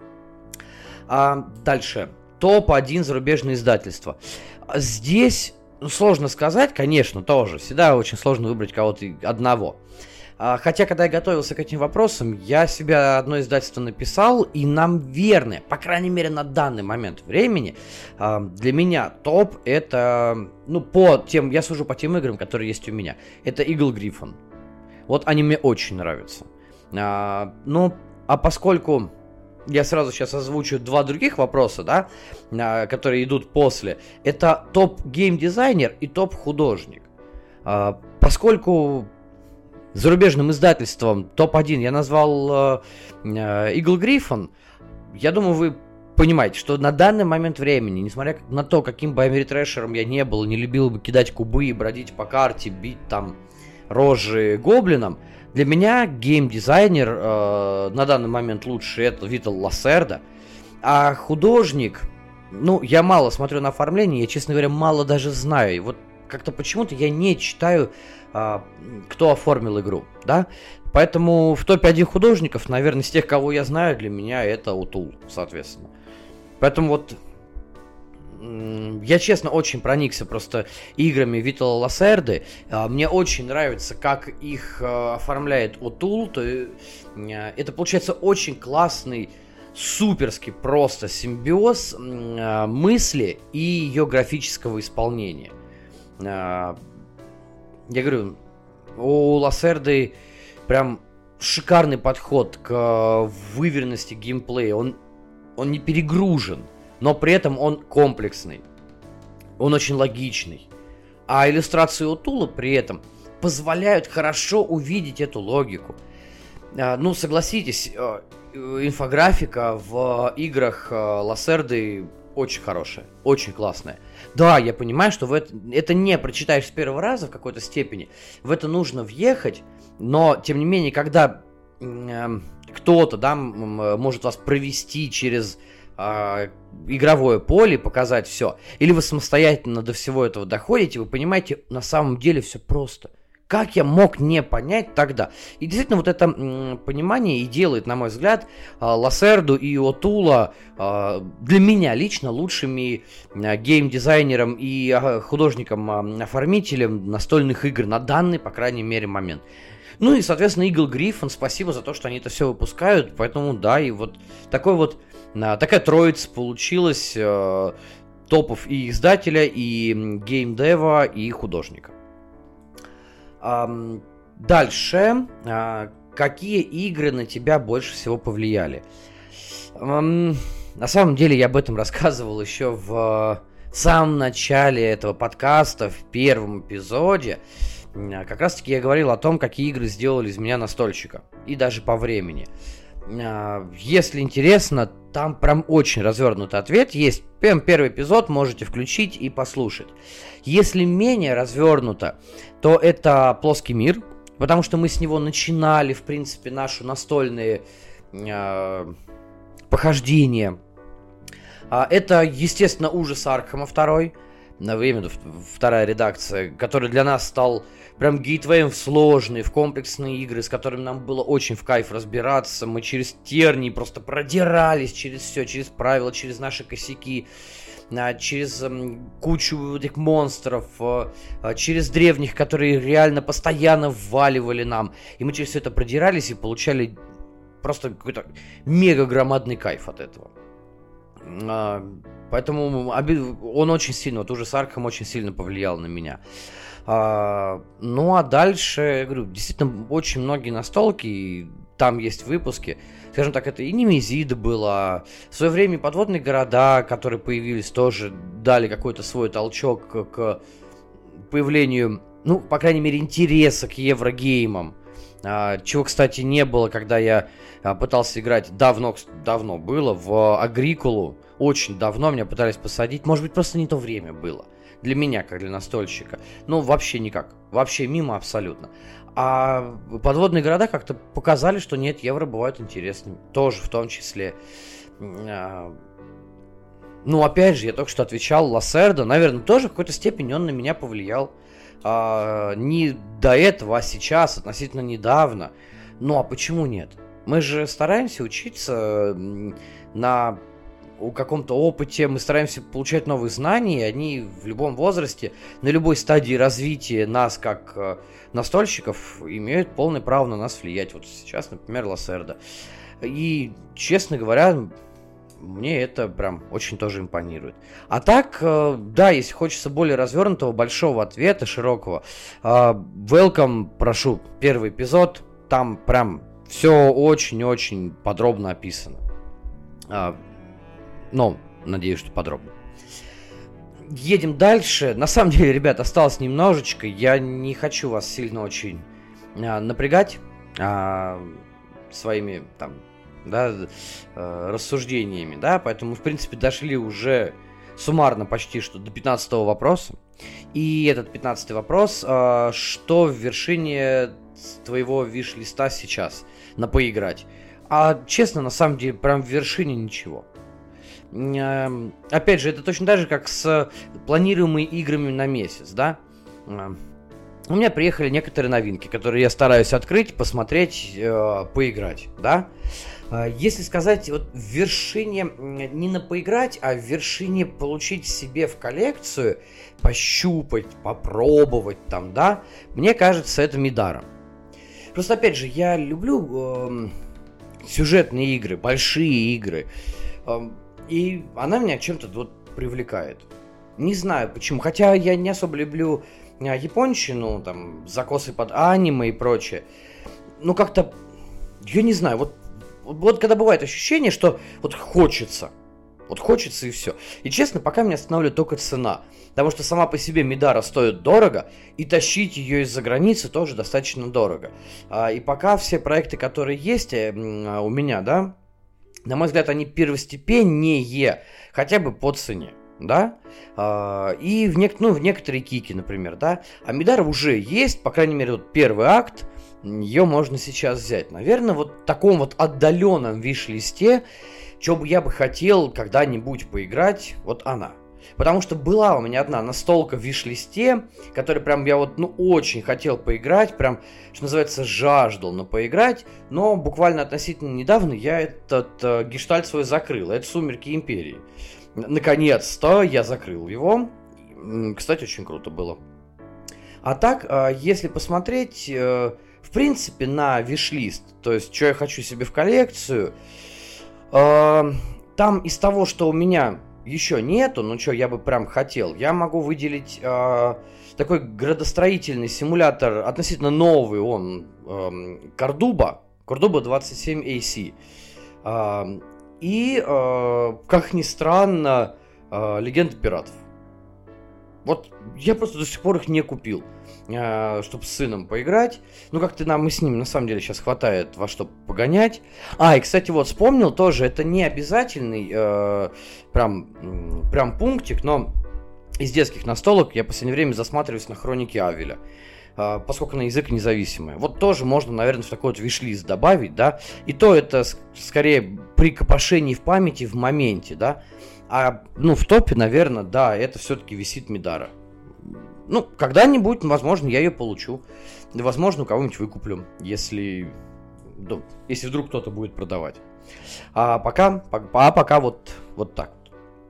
S1: А дальше... топ один зарубежное издательство. Здесь ну, сложно сказать, конечно, тоже. Всегда очень сложно выбрать кого-то одного. А, хотя, когда я готовился к этим вопросам, я себе одно издательство написал, и нам верны, по крайней мере, на данный момент времени, а, для меня топ это, ну, по тем, я сужу по тем играм, которые есть у меня, это Eagle Gryphon. Вот они мне очень нравятся. А, ну, а поскольку я сразу сейчас озвучу два других вопроса, да, а, которые идут после, это топ-геймдизайнер и топ-художник. А, поскольку зарубежным издательством топ один я назвал э, Eagle Gryphon, я думаю, вы понимаете, что на данный момент времени, несмотря на то, каким бы америтрэшером я не был, не любил бы кидать кубы, бродить по карте, бить там рожи гоблинам, для меня геймдизайнер э, на данный момент лучший это Витал Лассерда, а художник, ну, я мало смотрю на оформление, я, честно говоря, мало даже знаю, и вот как-то почему-то я не читаю, э, кто оформил игру, да, поэтому в топе один художников, наверное, из тех, кого я знаю, для меня это O'Toole, соответственно, поэтому вот я, честно, очень проникся просто играми Витала Лассерды. Мне очень нравится, как их оформляет O'Toole. То это получается очень классный, суперский просто симбиоз мысли и ее графического исполнения. Я говорю, у Лассерды прям шикарный подход к выверенности геймплея. Он, он не перегружен, но при этом он комплексный, он очень логичный. А иллюстрации O'Toole при этом позволяют хорошо увидеть эту логику. Ну, согласитесь, инфографика в играх Лассерды очень хорошая, очень классная. Да, я понимаю, что в это, это не прочитаешь с первого раза в какой-то степени, в это нужно въехать, но, тем не менее, когда э, кто-то, да, может вас провести через э, игровое поле, показать все, или вы самостоятельно до всего этого доходите, вы понимаете, на самом деле все просто. Как я мог не понять тогда? И действительно, вот это м, понимание и делает, на мой взгляд, э, Лассерду и O'Toole'а э, для меня лично лучшими э, геймдизайнером и э, художником-оформителем настольных игр на данный, по крайней мере, момент. Ну и, соответственно, Eagle Gryphon, спасибо за то, что они это все выпускают. Поэтому, да, и вот такой вот, э, такая троица получилась э, топов и издателя, и геймдева, и художника. Дальше, какие игры на тебя больше всего повлияли? На самом деле я об этом рассказывал еще в самом начале этого подкаста, в первом эпизоде. Как раз таки я говорил о том, какие игры сделали из меня настольщика, и даже по времени. Если интересно, там прям очень развернутый ответ есть. Прям первый эпизод можете включить и послушать. Если менее развернуто, то это Плоский мир, потому что мы с него начинали, в принципе, наши настольные э, похождения. А это, естественно, Ужас Аркхема два, на время вторая редакция, который для нас стал прям гейтвеем в сложные, в комплексные игры, с которыми нам было очень в кайф разбираться. Мы через тернии просто продирались через все, через правила, через наши косяки, через кучу этих монстров, через древних, которые реально постоянно вваливали нам. И мы через все это продирались и получали просто какой-то мега громадный кайф от этого. Поэтому он очень сильно, вот Ужас Аркхем очень сильно повлиял на меня. А, ну а дальше, я говорю, действительно очень многие настолки, там есть выпуски, скажем так, это и Немезида была, в свое время подводные города, которые появились, тоже дали какой-то свой толчок к, к появлению, ну, по крайней мере, интереса к еврогеймам, а, чего, кстати, не было, когда я а, пытался играть, давно, давно было, в Агрикулу, очень давно меня пытались посадить, может быть, просто не то время было. Для меня, как для настольщика. Ну, вообще никак. Вообще мимо абсолютно. А подводные города как-то показали, что нет, евро бывают интересными. Тоже в том числе. Ну, опять же, я только что отвечал, Лассерда, наверное, тоже в какой-то степени он на меня повлиял. А, не до этого, а сейчас, относительно недавно. Ну, а почему нет? Мы же стараемся учиться на о каком-то опыте, мы стараемся получать новые знания, и они в любом возрасте, на любой стадии развития нас, как э, настольщиков, имеют полное право на нас влиять. Вот сейчас, например, Лассерда. И, честно говоря, мне это прям очень тоже импонирует. А так, э, да, если хочется более развернутого, большого ответа, широкого, э, welcome, прошу, первый эпизод, там прям все очень-очень подробно описано. Э, но, надеюсь, что подробно. Едем дальше. На самом деле, ребят, осталось немножечко. Я не хочу вас сильно очень э, напрягать э, своими там, да, э, рассуждениями, да, поэтому, в принципе, дошли уже суммарно почти что до пятнадцатого вопроса. И этот пятнадцатый вопрос, э, что в вершине твоего виш-листа сейчас на поиграть? А честно, на самом деле, прям в вершине ничего. Э, опять же, это точно так же, как с планируемыми играми на месяц, да. Э, у меня приехали некоторые новинки, которые я стараюсь открыть, посмотреть, э, поиграть, да. Если сказать, вот в вершине не на поиграть, а в вершине получить себе в коллекцию, пощупать, попробовать там, да, мне кажется, это Мидара. Просто, опять же, я люблю э, сюжетные игры, большие игры, э, и она меня чем-то вот привлекает. Не знаю почему, хотя я не особо люблю японщину, там, закосы под аниме и прочее, ну как-то, я не знаю, вот Вот когда бывает ощущение, что вот хочется, вот хочется и все. И честно, пока меня останавливает только цена. Потому что сама по себе Мидара стоит дорого, и тащить ее из-за границы тоже достаточно дорого. И пока все проекты, которые есть у меня, да, на мой взгляд, они первостепеннее, хотя бы по цене. Да, и в, нек- ну, в некоторые кики, например, да, а Мидара уже есть, по крайней мере, вот первый акт, ее можно сейчас взять. Наверное, вот в таком вот отдаленном виш-листе, что бы я бы хотел когда-нибудь поиграть, вот она. Потому что была у меня одна настолка в виш-листе, которой прям я вот, ну, очень хотел поиграть, прям, что называется, жаждал, но поиграть, но буквально относительно недавно я этот э, гештальт свой закрыл, это «Сумерки Империи». Наконец-то я закрыл его, кстати, очень круто было. А так, э, если посмотреть... Э, В принципе, на виш-лист, то есть, что я хочу себе в коллекцию, э, там из того, что у меня еще нету, ну, что я бы прям хотел, я могу выделить э, такой градостроительный симулятор, относительно новый он, э, Corduba, Corduba двадцать семь эй си. Э, и, э, как ни странно, э, Легенда пиратов. Вот я просто до сих пор их не купил, чтобы с сыном поиграть. Ну, как-то нам и с ним, на самом деле, сейчас хватает во что погонять. А, и, кстати, вот вспомнил тоже, это не обязательный э, прям, прям пунктик, но из детских настолок я в последнее время засматриваюсь на Хроники Авеля, э, поскольку на язык независимый. Вот тоже можно, наверное, в такой вот виш-лист добавить, да. И то это скорее при копошении в памяти в моменте, да. А, ну, в топе, наверное, да, это все-таки висит Мидара. Ну, когда-нибудь, возможно, я ее получу. Возможно, у кого-нибудь выкуплю, если, ну, если вдруг кто-то будет продавать. А пока, а пока вот, вот так вот.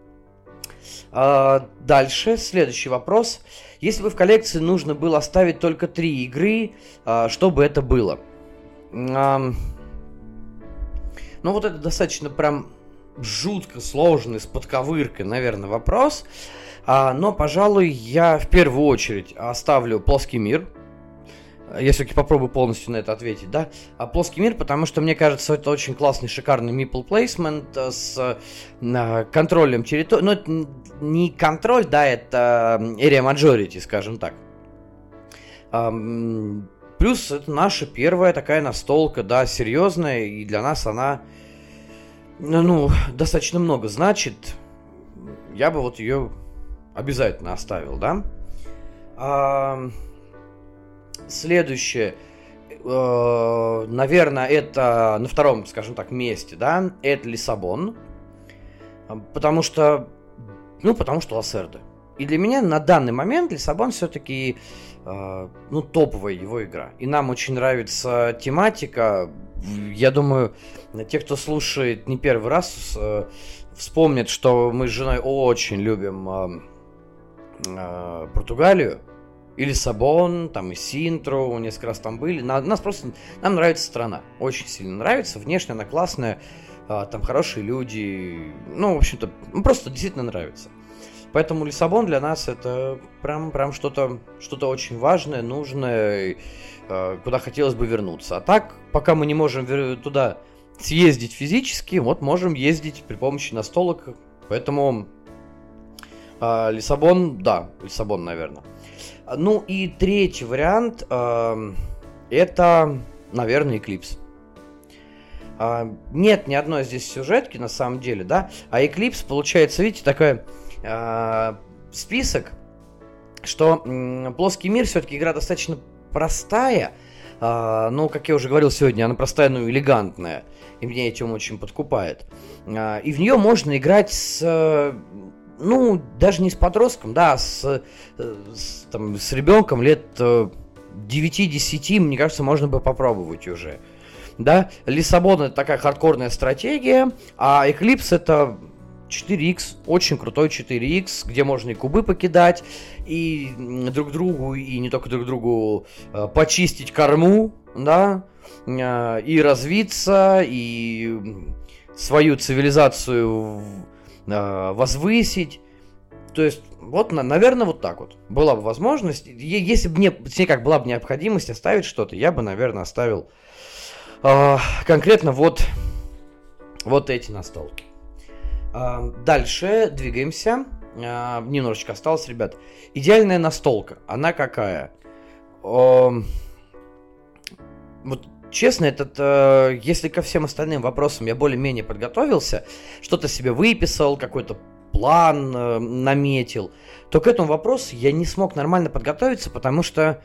S1: А дальше, следующий вопрос. Если бы в коллекции нужно было оставить только три игры, а, что бы это было? А, ну, вот это достаточно прям... жутко сложный, с подковыркой, наверное, вопрос. А, но, пожалуй, я в первую очередь оставлю «Плоский мир». Я все-таки попробую полностью на это ответить, да. А «Плоский мир», потому что, мне кажется, это очень классный, шикарный meeple placement с а, контролем территории. Ну, это не контроль, да, это area majority, скажем так. А, плюс это наша первая такая настолка, да, серьезная, и для нас она... ну, достаточно много значит. Я бы вот ее обязательно оставил, да. А, следующее, э, наверное, это на втором, скажем так, месте, да, это Лиссабон. Потому что, ну, потому что Лассерда. И для меня на данный момент Лиссабон все-таки, э, ну, топовая его игра. И нам очень нравится тематика. я думаю, те, кто слушает не первый раз, вспомнят, что мы с женой очень любим Португалию. И Лиссабон, там и Синтру, несколько раз там были. Нас просто, нам нравится страна, очень сильно нравится. Внешне она классная, там хорошие люди. Ну, в общем-то, просто действительно нравится. Поэтому Лиссабон для нас это прям, прям что-то, что-то очень важное, нужное, куда хотелось бы вернуться. А так, пока мы не можем туда съездить физически, вот можем ездить при помощи настолок. Поэтому Лиссабон, да, Лиссабон, наверное. Ну и третий вариант, э, это, наверное, Eclipse. Э, нет ни одной здесь сюжетки, на самом деле, да, а Eclipse, получается, видите, такой э, список, что э, плоский мир, все-таки игра достаточно простая, э, ну, как я уже говорил сегодня, она простая, но элегантная, и меня этим очень подкупает. Э, и в нее можно играть с... Ну, даже не с подростком, да, а с, с, там, с ребенком лет девяти-десяти, мне кажется, можно бы попробовать уже. Да, Лиссабон это такая хардкорная стратегия, а Eclipse это четыре икс, очень крутой четыре икс, где можно и кубы покидать, и друг другу, и не только друг другу почистить корму, да, и развиться, и свою цивилизацию возвысить. То есть, вот, наверное, вот так вот. Была бы возможность. Если бы мне, точнее, как была бы необходимость оставить что-то, я бы, наверное, оставил э, конкретно вот, вот эти настолки. Э, дальше двигаемся. Э, немножечко осталось, ребят. Идеальная настолка. Она какая? Э, вот честно, этот, э, если ко всем остальным вопросам я более-менее подготовился, что-то себе выписал, какой-то план э, наметил, то к этому вопросу я не смог нормально подготовиться, потому что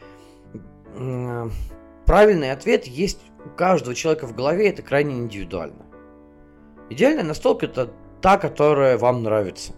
S1: э, правильный ответ есть у каждого человека в голове, это крайне индивидуально. Идеальная настолка — это та, которая вам нравится.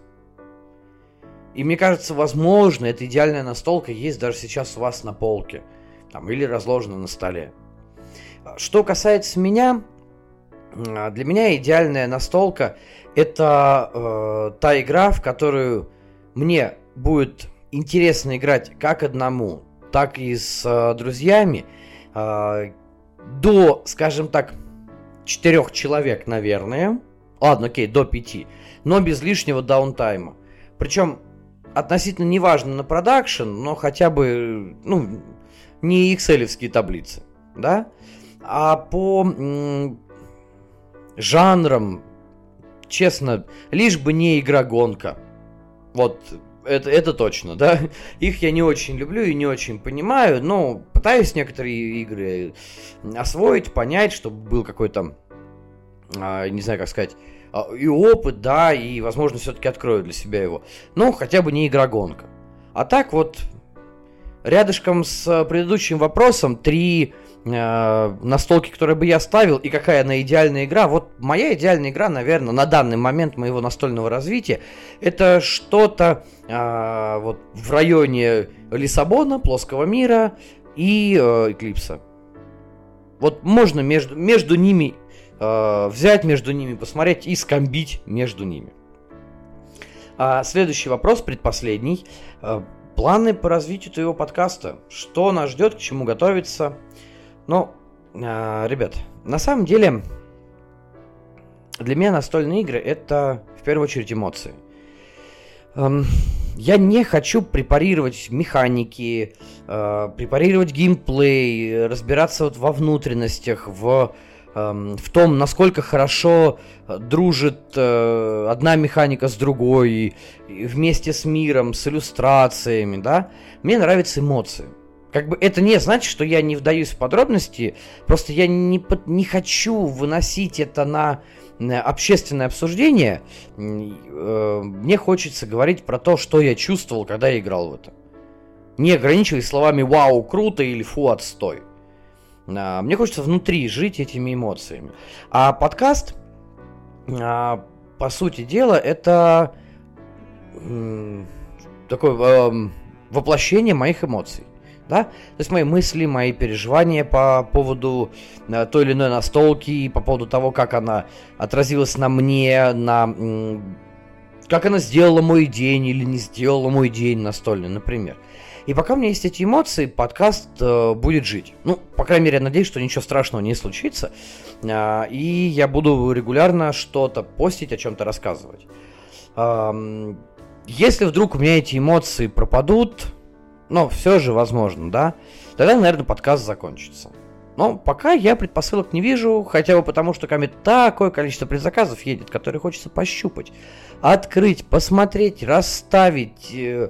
S1: И мне кажется, возможно, эта идеальная настолка есть даже сейчас у вас на полке, там, или разложена на столе. Что касается меня, для меня идеальная настолка — это э, та игра, в которую мне будет интересно играть как одному, так и с э, друзьями э, до, скажем так, четырех человек, наверное. Ладно, окей, до пяти, но без лишнего даунтайма. Причем относительно неважно на продакшн, но хотя бы, ну, не экселевские таблицы, да? А по м- жанрам, честно, лишь бы не игра-гонка. Вот, это, это точно, да? Их я не очень люблю и не очень понимаю, но пытаюсь некоторые игры освоить, понять, чтобы был какой-то, а, не знаю, как сказать, и опыт, да, и, возможно, все-таки открою для себя его. Ну, хотя бы не игра-гонка. А так вот, рядышком с предыдущим вопросом, три э, настолки, которые бы я ставил, и какая она идеальная игра. Вот моя идеальная игра, наверное, на данный момент моего настольного развития, это что-то э, вот в районе Лиссабона, плоского мира и э, Эклипса. Вот можно между, между ними э, взять, между ними посмотреть и скомбить между ними. А следующий вопрос, предпоследний. Планы по развитию твоего подкаста. Что нас ждет, к чему готовиться? Ну, э, ребят, на самом деле, для меня настольные игры — это, в первую очередь, эмоции. Эм, я не хочу препарировать механики, э, препарировать геймплей, разбираться вот во внутренностях, в, э, в том, насколько хорошо дружит э, одна механика с другой, и, и вместе с миром, с иллюстрациями, да. Мне нравятся эмоции. Как бы это не значит, что я не вдаюсь в подробности, просто я не, не хочу выносить это на общественное обсуждение. Мне хочется говорить про то, что я чувствовал, когда я играл в это. Не ограничиваясь словами «Вау, круто» или «Фу, отстой». Мне хочется внутри жить этими эмоциями. А подкаст, по сути дела, это такое воплощение моих эмоций. да? То есть мои мысли, мои переживания по поводу э, той или иной настолки, по поводу того, как она отразилась на мне, на... М- как она сделала мой день или не сделала мой день настольный, например. И пока у меня есть эти эмоции, подкаст э, будет жить. Ну, по крайней мере, я надеюсь, что ничего страшного не случится. Э, и я буду регулярно что-то постить, о чем-то рассказывать. Э, если вдруг у меня эти эмоции пропадут, ну, все же возможно, да, тогда, наверное, подкаст закончится. Но пока я предпосылок не вижу, хотя бы потому, что ко мне такое количество предзаказов едет, которые хочется пощупать, открыть, посмотреть, расставить, э,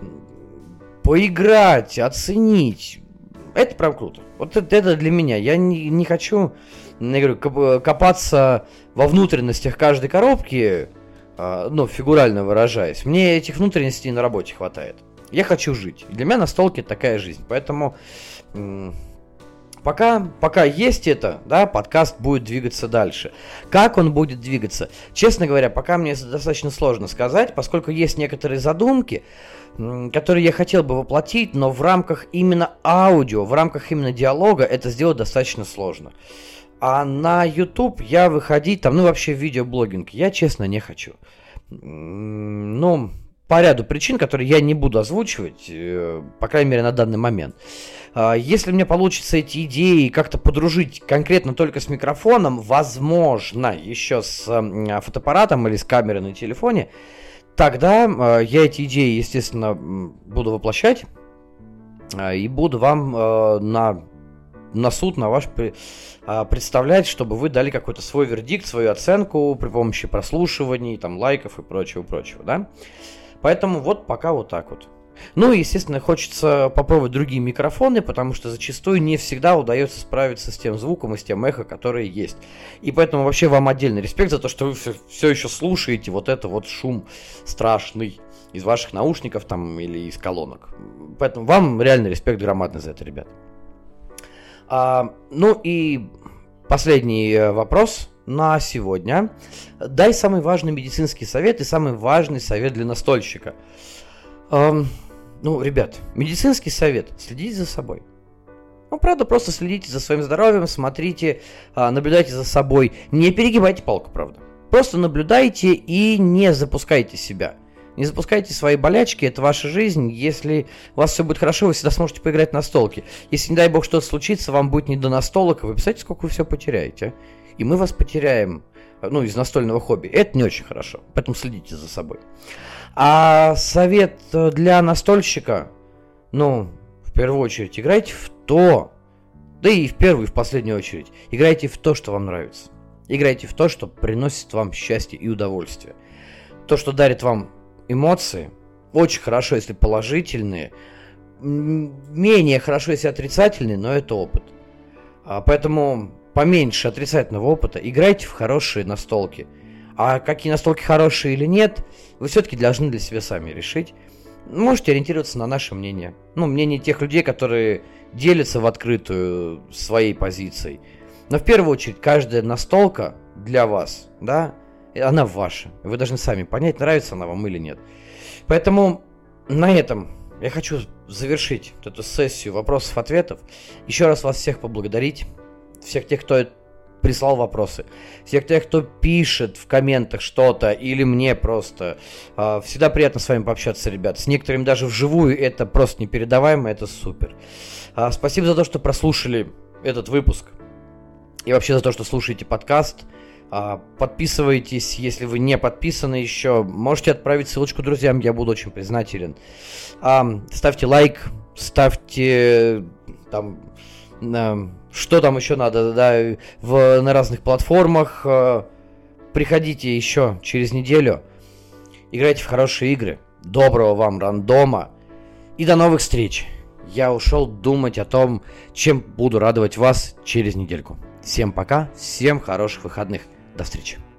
S1: поиграть, оценить. Это прям круто. Вот это, это для меня. Я не, не хочу, я говорю, копаться во внутренностях каждой коробки, э, ну, фигурально выражаясь. Мне этих внутренностей на работе хватает. Я хочу жить. Для меня настолки такая жизнь. Поэтому... М- Пока, пока есть это, да, подкаст будет двигаться дальше. Как он будет двигаться? Честно говоря, пока мне достаточно сложно сказать, поскольку есть некоторые задумки, которые я хотел бы воплотить, но в рамках именно аудио, в рамках именно диалога это сделать достаточно сложно. А на YouTube я выходить, там, ну вообще видеоблогинг, я честно не хочу. Ну, по ряду причин, которые я не буду озвучивать, по крайней мере на данный момент. Если мне получится эти идеи как-то подружить конкретно только с микрофоном, возможно, еще с фотоаппаратом или с камерой на телефоне, тогда я эти идеи, естественно, буду воплощать и буду вам на, на суд, на ваш представлять, чтобы вы дали какой-то свой вердикт, свою оценку при помощи прослушиваний, там, лайков и прочего-прочего, да? Поэтому вот пока вот так вот. Ну и, естественно, хочется попробовать другие микрофоны, потому что зачастую не всегда удается справиться с тем звуком и с тем эхо, которое есть. И поэтому вообще вам отдельный респект за то, что вы все, все еще слушаете вот это вот шум страшный из ваших наушников там или из колонок. Поэтому вам реально респект громадный за это, ребят. А, ну и последний вопрос на сегодня. Дай самый важный медицинский совет и самый важный совет для настольщика. Um, ну, ребят, медицинский совет. Следите за собой. Ну, правда, просто следите за своим здоровьем, смотрите, наблюдайте за собой. Не перегибайте палку, правда. Просто наблюдайте и не запускайте себя. Не запускайте свои болячки, это ваша жизнь. Если у вас все будет хорошо, вы всегда сможете поиграть на столке. Если, не дай бог, что-то случится, вам будет не до настолок, вы представляете, сколько вы все потеряете. И мы вас потеряем, ну, из настольного хобби. Это не очень хорошо, поэтому следите за собой. А совет для настольщика, ну, в первую очередь, играйте в то, да и в первую, и в последнюю очередь, играйте в то, что вам нравится. Играйте в то, что приносит вам счастье и удовольствие. То, что дарит вам эмоции, очень хорошо, если положительные, менее хорошо, если отрицательные, но это опыт. А поэтому поменьше отрицательного опыта, играйте в хорошие настолки. А какие настолки хорошие или нет, вы все-таки должны для себя сами решить. Можете ориентироваться на наше мнение. Ну, мнение тех людей, которые делятся в открытую своей позицией. Но в первую очередь, каждая настолка для вас, да, она ваша. Вы должны сами понять, нравится она вам или нет. Поэтому на этом я хочу завершить эту сессию вопросов-ответов. Еще раз вас всех поблагодарить. Всех тех, кто прислал вопросы. Всех тех, кто пишет в комментах что-то, или мне просто. Всегда приятно с вами пообщаться, ребят. С некоторыми даже вживую это просто непередаваемо, это супер. Спасибо за то, что прослушали этот выпуск. И вообще за то, что слушаете подкаст. Подписывайтесь, если вы не подписаны еще. Можете отправить ссылочку друзьям, я буду очень признателен. Ставьте лайк, ставьте там... Что там еще надо, да, в, на разных платформах. Приходите еще через неделю. Играйте в хорошие игры. Доброго вам рандома. И до новых встреч. Я ушел думать о том, чем буду радовать вас через недельку. Всем пока, всем хороших выходных. До встречи.